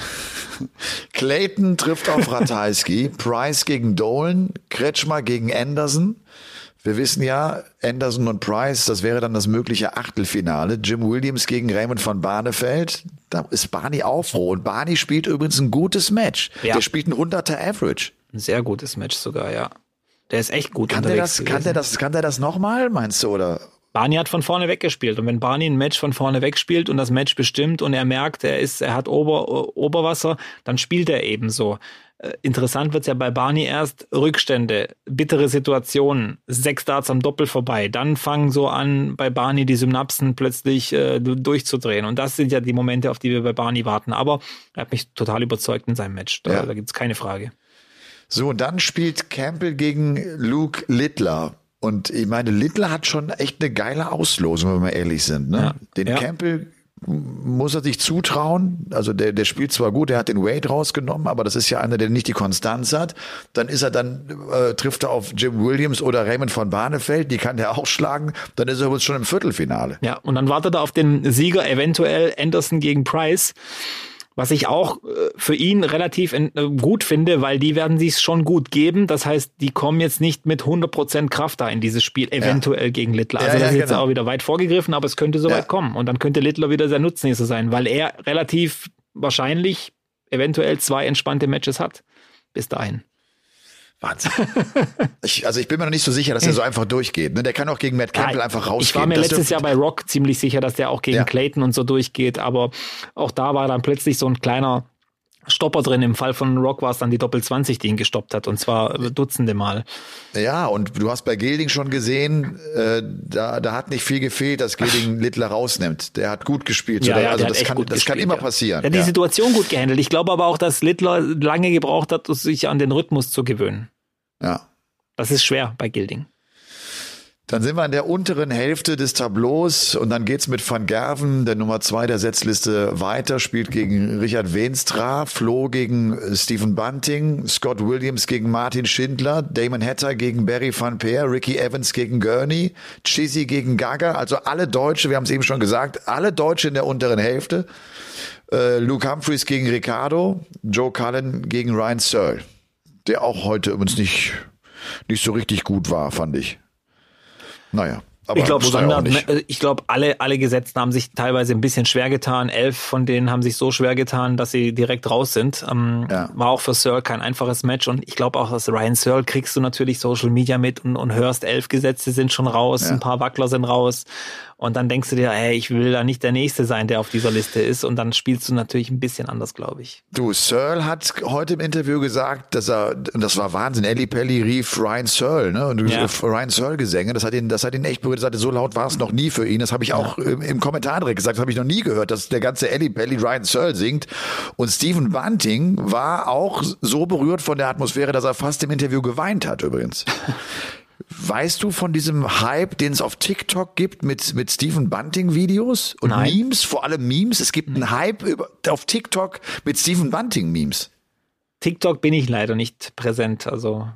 Clayton trifft auf Ratajski, Price gegen Dolan, Kretschmer gegen Anderson. Wir wissen ja, Anderson und Price, das wäre dann das mögliche Achtelfinale. Jim Williams gegen Raymond van Barneveld. Da ist Barney auch froh. Und Barney spielt übrigens ein gutes Match. Ja. Der spielt ein hunderter Average. Ein sehr gutes Match sogar, ja. Der ist echt gut kann unterwegs der das, kann der das, kann der das nochmal, meinst du, oder? Barney hat von vorne weggespielt. Und wenn Barney ein Match von vorne wegspielt und das Match bestimmt und er merkt, er ist, er hat Ober, Oberwasser, dann spielt er eben so. Interessant wird's ja bei Barney erst, Rückstände, bittere Situationen, sechs Darts am Doppel vorbei, dann fangen so an, bei Barney die Synapsen plötzlich äh, durchzudrehen und das sind ja die Momente, auf die wir bei Barney warten, aber er hat mich total überzeugt in seinem Match, da, ja. da gibt's keine Frage. So, und dann spielt Campbell gegen Luke Littler und ich meine, Littler hat schon echt eine geile Auslosung, wenn wir ehrlich sind, ne? Ja. Den ja. Campbell muss er sich zutrauen, also der, der spielt zwar gut, der hat den Wade rausgenommen, aber das ist ja einer, der nicht die Konstanz hat. Dann ist er dann, äh, trifft er auf Jim Williams oder Raymond van Barneveld, die kann der auch schlagen, dann ist er übrigens schon im Viertelfinale. Ja, und dann wartet er auf den Sieger, eventuell Anderson gegen Price, was ich auch äh, für ihn relativ äh, gut finde, weil die werden sich's schon gut geben. Das heißt, die kommen jetzt nicht mit hundert Prozent Kraft da in dieses Spiel, eventuell ja. gegen Littler. Also ja, das ja, ist jetzt genau. auch wieder weit vorgegriffen, aber es könnte soweit ja. kommen. Und dann könnte Littler wieder sehr Nutznießer sein, weil er relativ wahrscheinlich eventuell zwei entspannte Matches hat. Bis dahin. Wahnsinn. ich, also ich bin mir noch nicht so sicher, dass er so einfach durchgeht. Ne? Der kann auch gegen Matt Campbell ja, einfach rausgehen. Ich war mir das letztes Jahr bei Rock ziemlich sicher, dass der auch gegen ja. Clayton und so durchgeht, aber auch da war dann plötzlich so ein kleiner Stopper drin. Im Fall von Rock war es dann die Doppel zwanzig, die ihn gestoppt hat, und zwar Dutzende Mal. Ja, und du hast bei Gilding schon gesehen, äh, da, da hat nicht viel gefehlt, dass Gilding Littler rausnimmt. Der hat gut gespielt. Ja, der, ja, also der das, kann, das gespielt, kann immer ja. passieren. Der hat die ja. Situation gut gehandelt. Ich glaube aber auch, dass Littler lange gebraucht hat, sich an den Rhythmus zu gewöhnen. Ja. Das ist schwer bei Gilding. Dann sind wir in der unteren Hälfte des Tableaus und dann geht's mit Van Gerven, der Nummer zwei der Setzliste, weiter, spielt gegen Richard Veenstra, Flo gegen Stephen Bunting, Scott Williams gegen Martin Schindler, Damon Hatter gegen Barry van Peer, Ricky Evans gegen Gurney, Chizzy gegen Gaga, also alle Deutsche, wir haben es eben schon gesagt, alle Deutsche in der unteren Hälfte. Äh, Luke Humphreys gegen Ricardo, Joe Cullen gegen Ryan Searle, der auch heute übrigens nicht, nicht so richtig gut war, fand ich. Naja. Aber ich glaube, Standard, ich glaube, alle, alle Gesetzten haben sich teilweise ein bisschen schwer getan. Elf von denen haben sich so schwer getan, dass sie direkt raus sind. Ähm, ja. War auch für Searle kein einfaches Match. Und ich glaube auch, dass Ryan Searle kriegst du natürlich Social Media mit und, und hörst, elf Gesetzte sind schon raus, ja. ein paar Wackler sind raus. Und dann denkst du dir, ey, ich will da nicht der Nächste sein, der auf dieser Liste ist. Und dann spielst du natürlich ein bisschen anders, glaube ich. Du, Searle hat heute im Interview gesagt, dass er, und das war Wahnsinn, Ellie Pelli rief Ryan Searle, ne? Und ja. Ryan Searle Gesänge, das hat ihn, das hat ihn echt berührt. Er sagte, so laut war es noch nie für ihn. Das habe ich auch ja. im, im Kommentar direkt gesagt, das habe ich noch nie gehört, dass der ganze Ellie Pelli Ryan Searle singt. Und Stephen Bunting war auch so berührt von der Atmosphäre, dass er fast im Interview geweint hat, übrigens. Weißt du von diesem Hype, den es auf TikTok gibt mit, mit Stephen Bunting-Videos und Nein. Memes, vor allem Memes? Es gibt einen Hype über, auf TikTok mit Stephen Bunting-Memes. TikTok bin ich leider nicht präsent, also.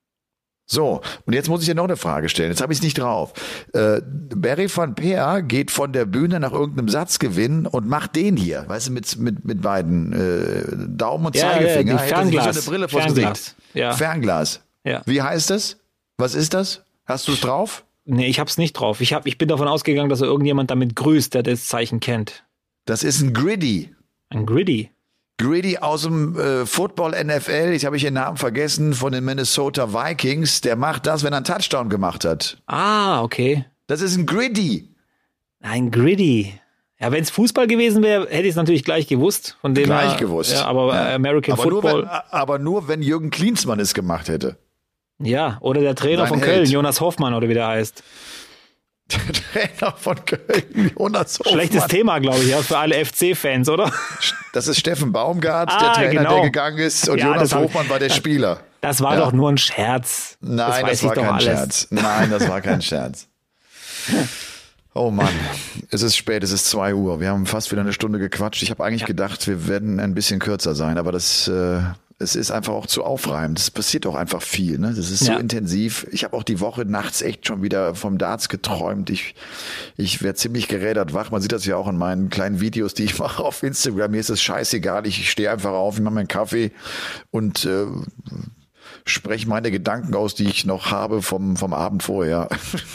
So, und jetzt muss ich dir noch eine Frage stellen. Jetzt habe ich es nicht drauf. Äh, Barry van Peer geht von der Bühne nach irgendeinem Satzgewinn und macht den hier, weißt du, mit, mit, mit beiden äh, Daumen und ja, Zeigefinger. Ja, die Fernglas. So eine Brille vors Fernglas. Ja. Fernglas. Ja. Wie heißt es? Was ist das? Hast du es drauf? Nee, ich hab's nicht drauf. Ich, hab, ich bin davon ausgegangen, dass er irgendjemand damit grüßt, der das Zeichen kennt. Das ist ein Griddy. Ein Griddy? Griddy aus dem äh, Football N F L, ich habe den Namen vergessen, von den Minnesota Vikings. Der macht das, wenn er einen Touchdown gemacht hat. Ah, okay. Das ist ein Griddy. Ein Griddy. Ja, wenn es Fußball gewesen wäre, hätte ich es natürlich gleich gewusst. Von dem gleich her, gewusst. Ja, aber ja. American aber Football. Nur wenn, aber nur, wenn Jürgen Klinsmann es gemacht hätte. Ja, oder der Trainer Sein von Held. Köln, Jonas Hoffmann, oder wie der heißt. Der Trainer von Köln, Jonas Hoffmann. Schlechtes Thema, glaube ich, ja, für alle F C-Fans, oder? Das ist Steffen Baumgart, ah, der Trainer, genau. der gegangen ist, und ja, Jonas hab, Hoffmann war der Spieler. Das war ja. doch nur ein Scherz. Nein, das, das war kein alles. Scherz. Nein, das war kein Scherz. Oh Mann, es ist spät, es ist zwei Uhr. Wir haben fast wieder eine Stunde gequatscht. Ich habe eigentlich ja. gedacht, wir werden ein bisschen kürzer sein, aber das, äh, es ist einfach auch zu aufreibend. Es passiert auch einfach viel, ne? Das ist so ja. intensiv. Ich habe auch die Woche nachts echt schon wieder vom Darts geträumt. Ich, ich werde ziemlich gerädert wach. Man sieht das ja auch in meinen kleinen Videos, die ich mache auf Instagram. Mir ist es scheißegal. Ich stehe einfach auf, ich mache meinen Kaffee und äh, spreche meine Gedanken aus, die ich noch habe vom, vom Abend vorher.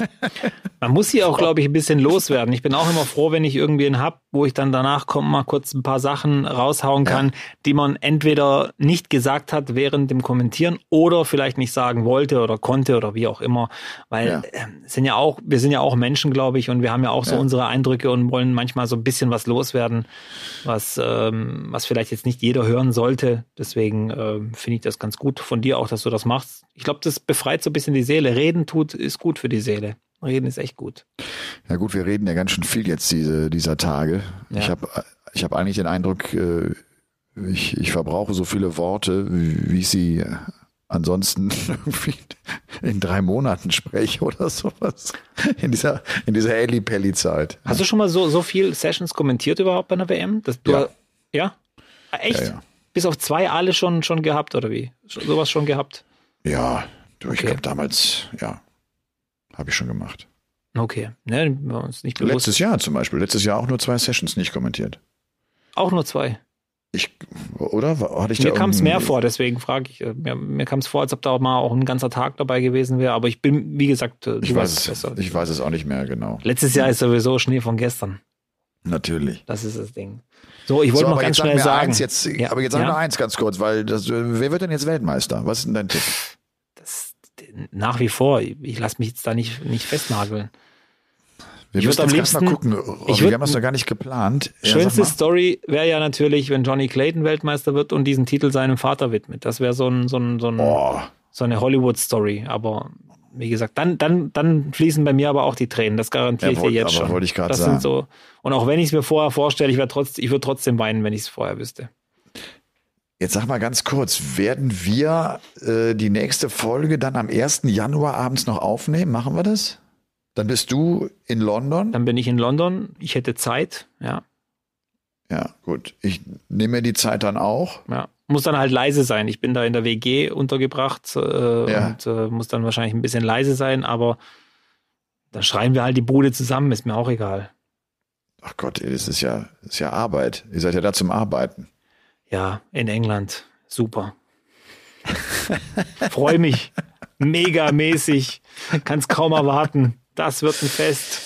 Man muss hier auch, glaube ich, ein bisschen loswerden. Ich bin auch immer froh, wenn ich irgendwen hab, wo ich dann danach komme, mal kurz ein paar Sachen raushauen kann, ja. die man entweder nicht gesagt hat während dem Kommentieren oder vielleicht nicht sagen wollte oder konnte oder wie auch immer. Weil ja. äh, sind ja auch, wir sind ja auch Menschen, glaube ich, und wir haben ja auch so ja. unsere Eindrücke und wollen manchmal so ein bisschen was loswerden, was, ähm, was vielleicht jetzt nicht jeder hören sollte. Deswegen ähm, finde ich das ganz gut von dir auch, dass du das machst. Ich glaube, das befreit so ein bisschen die Seele. Reden tut, ist gut für die Seele. Reden ist echt gut. Ja gut, wir reden ja ganz schön viel jetzt diese, dieser Tage. Ja. Ich habe ich hab eigentlich den Eindruck, ich, ich verbrauche so viele Worte, wie, wie ich sie ansonsten irgendwie in drei Monaten spreche oder sowas. In dieser, in dieser Elli-Pelli-Zeit. Hast du schon mal so, so viel Sessions kommentiert überhaupt bei einer W M? Dass du, ja. Ja? Echt? Ja, ja. Bis auf zwei alle schon, schon gehabt, oder wie? Sowas schon gehabt? Ja, du, ich okay. glaube damals, ja, habe ich schon gemacht. Okay, ne, war uns nicht bewusst. Letztes Jahr zum Beispiel, letztes Jahr auch nur zwei Sessions nicht kommentiert. Auch nur zwei? Ich, oder? Hatte ich mir da kam es mehr vor, deswegen frage ich. Mir, mir kam es vor, als ob da mal auch ein ganzer Tag dabei gewesen wäre, aber ich bin, wie gesagt, du ich weiß, weißt es besser. Ich weiß es auch nicht mehr genau. Letztes Jahr ist sowieso Schnee von gestern. Natürlich. Das ist das Ding. So, ich wollte so, noch ganz schnell sagen. Eins jetzt, ja. Aber jetzt sag ja. noch eins ganz kurz, weil das, wer wird denn jetzt Weltmeister? Was ist denn dein Tipp? Das, nach wie vor. Ich lasse mich jetzt da nicht, nicht festnageln. Wir ich müssen am jetzt liebsten mal gucken. Robby, ich wir würd, haben das noch gar nicht geplant. Schönste ja, Story wäre ja natürlich, wenn Johnny Clayton Weltmeister wird und diesen Titel seinem Vater widmet. Das wäre so, ein, so, ein, so, ein, oh. so eine Hollywood-Story. Aber wie gesagt, dann, dann, dann fließen bei mir aber auch die Tränen. Das garantiere ja, ich dir jetzt aber schon. Wollte ich gerade das sagen. Sind so, und auch wenn ich es mir vorher vorstelle, ich, trotz, ich würde trotzdem weinen, wenn ich es vorher wüsste. Jetzt sag mal ganz kurz, werden wir äh, die nächste Folge dann am ersten Januar abends noch aufnehmen? Machen wir das? Dann bist du in London? Dann bin ich in London. Ich hätte Zeit, ja. Ja, gut. Ich nehme mir die Zeit dann auch. Ja. Muss dann halt leise sein. Ich bin da in der W G untergebracht äh, ja. und äh, muss dann wahrscheinlich ein bisschen leise sein, aber dann schreien wir halt die Bude zusammen, ist mir auch egal. Ach Gott, das ist ja, das ist ja Arbeit. Ihr seid ja da zum Arbeiten. Ja, in England. Super. Freue mich. Megamäßig. Kann's kaum erwarten. Das wird ein Fest.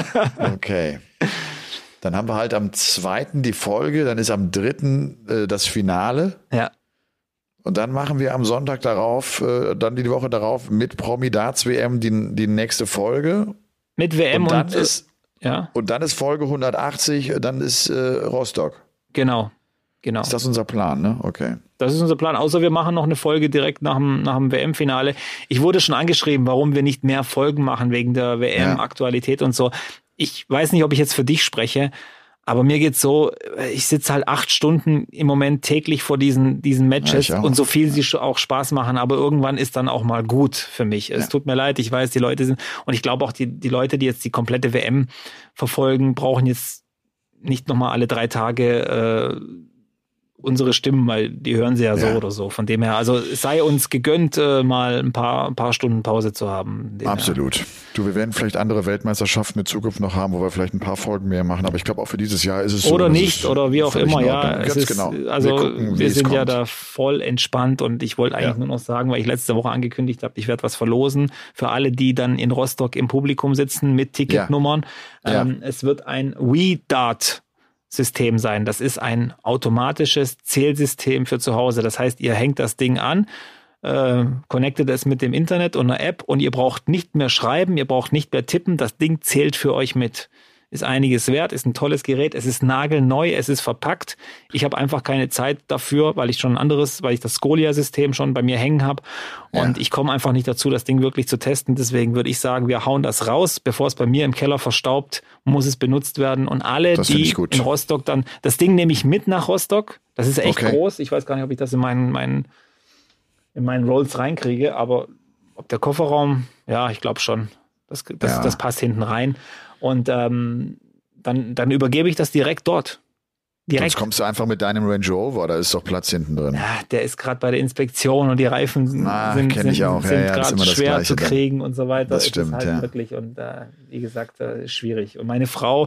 Okay. Dann haben wir halt am zweiten die Folge, dann ist am dritten äh, das Finale. Ja. Und dann machen wir am Sonntag darauf, äh, dann die Woche darauf mit Promi Darts W M die, die nächste Folge. Mit W M und dann und, ist äh, ja. Und dann ist Folge hundertachtzig, dann ist äh, Rostock. Genau. Genau. Ist das unser Plan, ne? Okay. Das ist unser Plan. Außer wir machen noch eine Folge direkt nach dem, nach dem W M-Finale. Ich wurde schon angeschrieben, warum wir nicht mehr Folgen machen wegen der W M-Aktualität ja. und so. Ich weiß nicht, ob ich jetzt für dich spreche, aber mir geht's so, ich sitze halt acht Stunden im Moment täglich vor diesen, diesen Matches ja, und so viel sie auch Spaß machen, aber irgendwann ist dann auch mal gut für mich. Es ja. tut mir leid, ich weiß, die Leute sind, und ich glaube auch, die, die Leute, die jetzt die komplette W M verfolgen, brauchen jetzt nicht nochmal alle drei Tage äh, unsere Stimmen, weil die hören sie ja, ja so oder so. Von dem her, also es sei uns gegönnt, äh, mal ein paar, ein paar Stunden Pause zu haben. Absolut. Her. Du, wir werden vielleicht andere Weltmeisterschaften in Zukunft noch haben, wo wir vielleicht ein paar Folgen mehr machen, aber ich glaube auch für dieses Jahr ist es so. Oder nicht, oder wie auch immer, ja. Es ist, genau. Also wir, gucken, wir sind kommt. ja da voll entspannt und ich wollte eigentlich ja. nur noch sagen, weil ich letzte Woche angekündigt habe, ich werde was verlosen für alle, die dann in Rostock im Publikum sitzen mit Ticketnummern. Ja. Ähm, ja. Es wird ein Wii-Dart System sein. Das ist ein automatisches Zählsystem für zu Hause. Das heißt, ihr hängt das Ding an, äh, connectet es mit dem Internet und einer App und ihr braucht nicht mehr schreiben, ihr braucht nicht mehr tippen. Das Ding zählt für euch mit. Ist einiges wert, ist ein tolles Gerät, es ist nagelneu, es ist verpackt. Ich habe einfach keine Zeit dafür, weil ich schon ein anderes, weil ich das Scolia-System schon bei mir hängen habe. Und ja. ich komme einfach nicht dazu, das Ding wirklich zu testen. Deswegen würde ich sagen, wir hauen das raus, bevor es bei mir im Keller verstaubt, muss es benutzt werden. Und alle, das die in Rostock dann, das Ding nehme ich mit nach Rostock. Das ist echt okay. groß. Ich weiß gar nicht, ob ich das in meinen, meinen, in meinen Rolls reinkriege, aber ob der Kofferraum, ja, ich glaube schon. Das, das, Ja. das passt hinten rein. Und ähm, dann, dann übergebe ich das direkt dort. Direkt. Sonst kommst du einfach mit deinem Range Rover, da ist doch Platz hinten drin. Ja, der ist gerade bei der Inspektion und die Reifen Ah, sind, kenn sind, ich auch. Ja, sind ja, das ist gerade immer das schwer Gleiche zu dann. kriegen und so weiter. Das Es stimmt, ist halt ja. wirklich und äh, wie gesagt, äh, schwierig. Und meine Frau,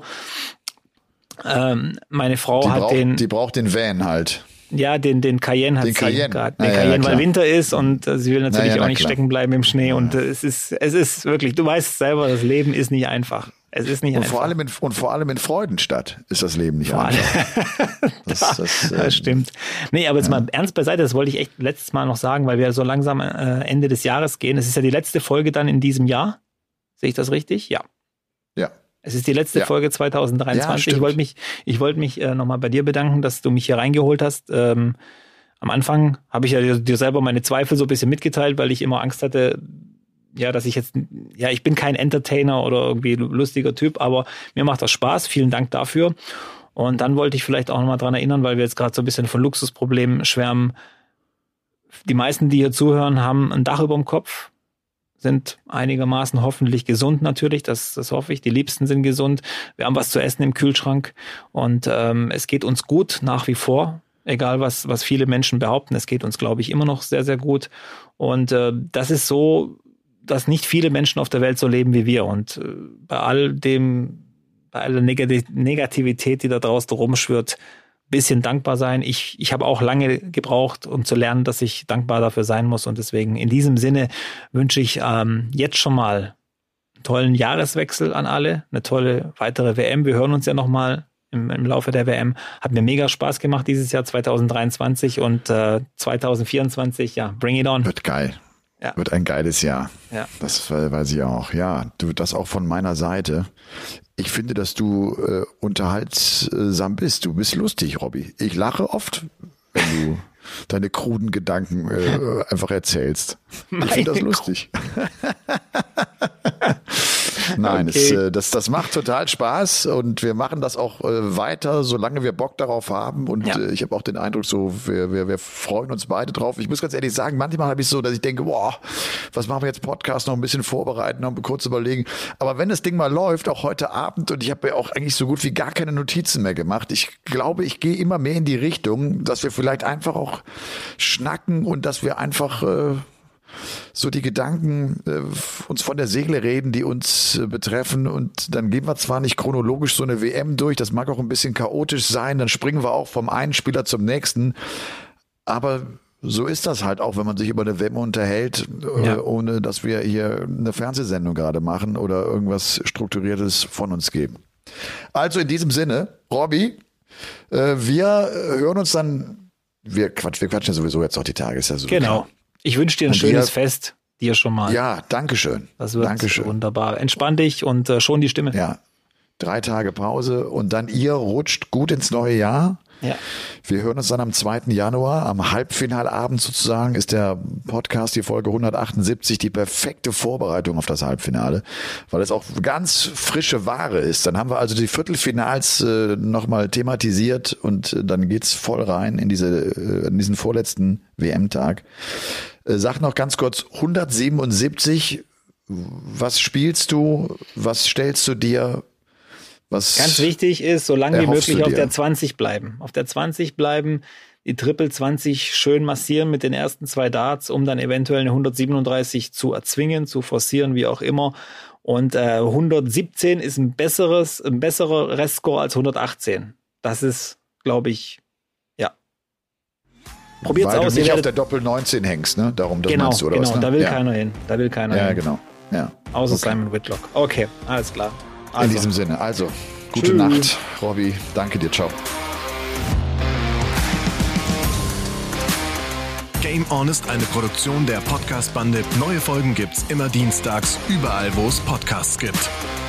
ähm, meine Frau Die hat braucht, den, die braucht den Van halt. ja, den, den Cayenne hat Den sie Cayenne. gerade. Ah, Den ja, Cayenne, klar. weil Winter ist und äh, sie will natürlich Na ja, auch na nicht klar. stecken bleiben im Schnee und äh, es ist, es ist wirklich, du weißt selber, das Leben ist nicht einfach. Es ist nicht Und einfach. vor, allem in, und vor allem in Freudenstadt ist das Leben nicht Vor allem. einfach. Das, das, äh, Das stimmt. Nee, aber jetzt mal ernst beiseite, das wollte ich echt letztes Mal noch sagen, weil wir so langsam äh, Ende des Jahres gehen. Es ist ja die letzte Folge dann in diesem Jahr. Sehe ich das richtig? Ja. ja. Es ist die letzte Ja. Folge Ja, zwanzig dreiundzwanzig. stimmt. ich wollte mich, ich wollte mich äh, nochmal bei dir bedanken, dass du mich hier reingeholt hast. Ähm, am Anfang habe ich ja dir, dir selber meine Zweifel so ein bisschen mitgeteilt, weil ich immer Angst hatte, ja, dass ich jetzt, ja, ich bin kein Entertainer oder irgendwie lustiger Typ, aber mir macht das Spaß. Vielen Dank dafür. Und dann wollte ich vielleicht auch nochmal dran erinnern, weil wir jetzt gerade so ein bisschen von Luxusproblemen schwärmen. Die meisten, die hier zuhören, haben ein Dach über dem Kopf, sind einigermaßen hoffentlich gesund natürlich, das, das hoffe ich. Die Liebsten sind gesund. Wir haben was zu essen im Kühlschrank und ähm, es geht uns gut nach wie vor. Egal, was, was viele Menschen behaupten, es geht uns, glaube ich, immer noch sehr, sehr gut. Und äh, das ist so, dass nicht viele Menschen auf der Welt so leben wie wir. Und äh, bei all dem, bei aller Negati- Negativität, die da draußen rumschwirrt, bisschen dankbar sein. Ich, ich habe auch lange gebraucht, um zu lernen, dass ich dankbar dafür sein muss. Und deswegen in diesem Sinne wünsche ich ähm, jetzt schon mal einen tollen Jahreswechsel an alle, eine tolle weitere W M. Wir hören uns ja nochmal im, im Laufe der W M. Hat mir mega Spaß gemacht dieses Jahr zwanzig dreiundzwanzig und äh, zwanzig vierundzwanzig, ja, bring it on. Wird geil. Ja. Wird ein geiles Jahr. Ja. Das weiß ich auch. Ja, du, das auch von meiner Seite. Ich finde, dass du äh, unterhaltsam bist. Du bist lustig, Robby. Ich lache oft, wenn du deine kruden Gedanken äh, einfach erzählst. Ich finde das lustig. Nein, Okay. es, äh, das, das macht total Spaß und wir machen das auch äh, weiter, solange wir Bock darauf haben. Und Ja. äh, ich habe auch den Eindruck, so wir, wir, wir freuen uns beide drauf. Ich muss ganz ehrlich sagen, manchmal habe ich so, dass ich denke, boah, was machen wir jetzt Podcast, noch ein bisschen vorbereiten, noch kurz überlegen. Aber wenn das Ding mal läuft, auch heute Abend, und ich habe ja auch eigentlich so gut wie gar keine Notizen mehr gemacht, ich glaube, ich gehe immer mehr in die Richtung, dass wir vielleicht einfach auch schnacken und dass wir einfach äh, so die Gedanken äh, uns von der Seele reden, die uns äh, betreffen, und dann gehen wir zwar nicht chronologisch so eine W M durch, das mag auch ein bisschen chaotisch sein, dann springen wir auch vom einen Spieler zum nächsten, aber so ist das halt auch, wenn man sich über eine W M unterhält, äh, Ja. ohne dass wir hier eine Fernsehsendung gerade machen oder irgendwas Strukturiertes von uns geben. Also in diesem Sinne, Robby, äh, wir hören uns dann, wir, Quatsch, wir quatschen ja sowieso jetzt auch die Tage, ist ja so Genau. klar. Ich wünsche dir ein Und schönes dir- Fest, dir schon mal. Ja, Dankeschön. Das wird Dankeschön. wunderbar. Entspann dich und äh, schon die Stimme. Ja, drei Tage Pause und dann ihr rutscht gut ins neue Jahr. Ja. Wir hören uns dann am zweiten Januar, am Halbfinalabend sozusagen, ist der Podcast, die Folge hundertachtundsiebzig, die perfekte Vorbereitung auf das Halbfinale, weil es auch ganz frische Ware ist. Dann haben wir also die Viertelfinals äh, nochmal thematisiert und äh, dann geht's voll rein in diese, äh, in diesen vorletzten W M-Tag. Äh, sag noch ganz kurz, hundertsiebenundsiebzig, was spielst du, was stellst du dir? Was Ganz wichtig ist, so lange wie erhoffst möglich du auf dir? der zwanzig bleiben. Auf der zwanzig bleiben, die Triple zwanzig schön massieren mit den ersten zwei Darts, um dann eventuell eine hundertsiebenunddreißig zu erzwingen, zu forcieren, wie auch immer. Und äh, hundertsiebzehn ist ein besseres, ein besserer Restscore als hundertachtzehn. Das ist, glaube ich, ja. Probiert's Weil aus. du ihr nicht auf werdet- der Doppel neunzehn hängst, ne? Darum, das genau, meinst du, oder genau, was? Ne? da will ja. keiner hin. Da will keiner Ja, hin. genau. Ja. Außer Okay. Simon Whitlock. Okay, alles klar. In Also, diesem Sinne, also, gute Tschüss. Nacht, Robby. Danke dir, ciao. Game On ist eine Produktion der Podcast-Bande. Neue Folgen gibt's immer dienstags, überall, wo es Podcasts gibt.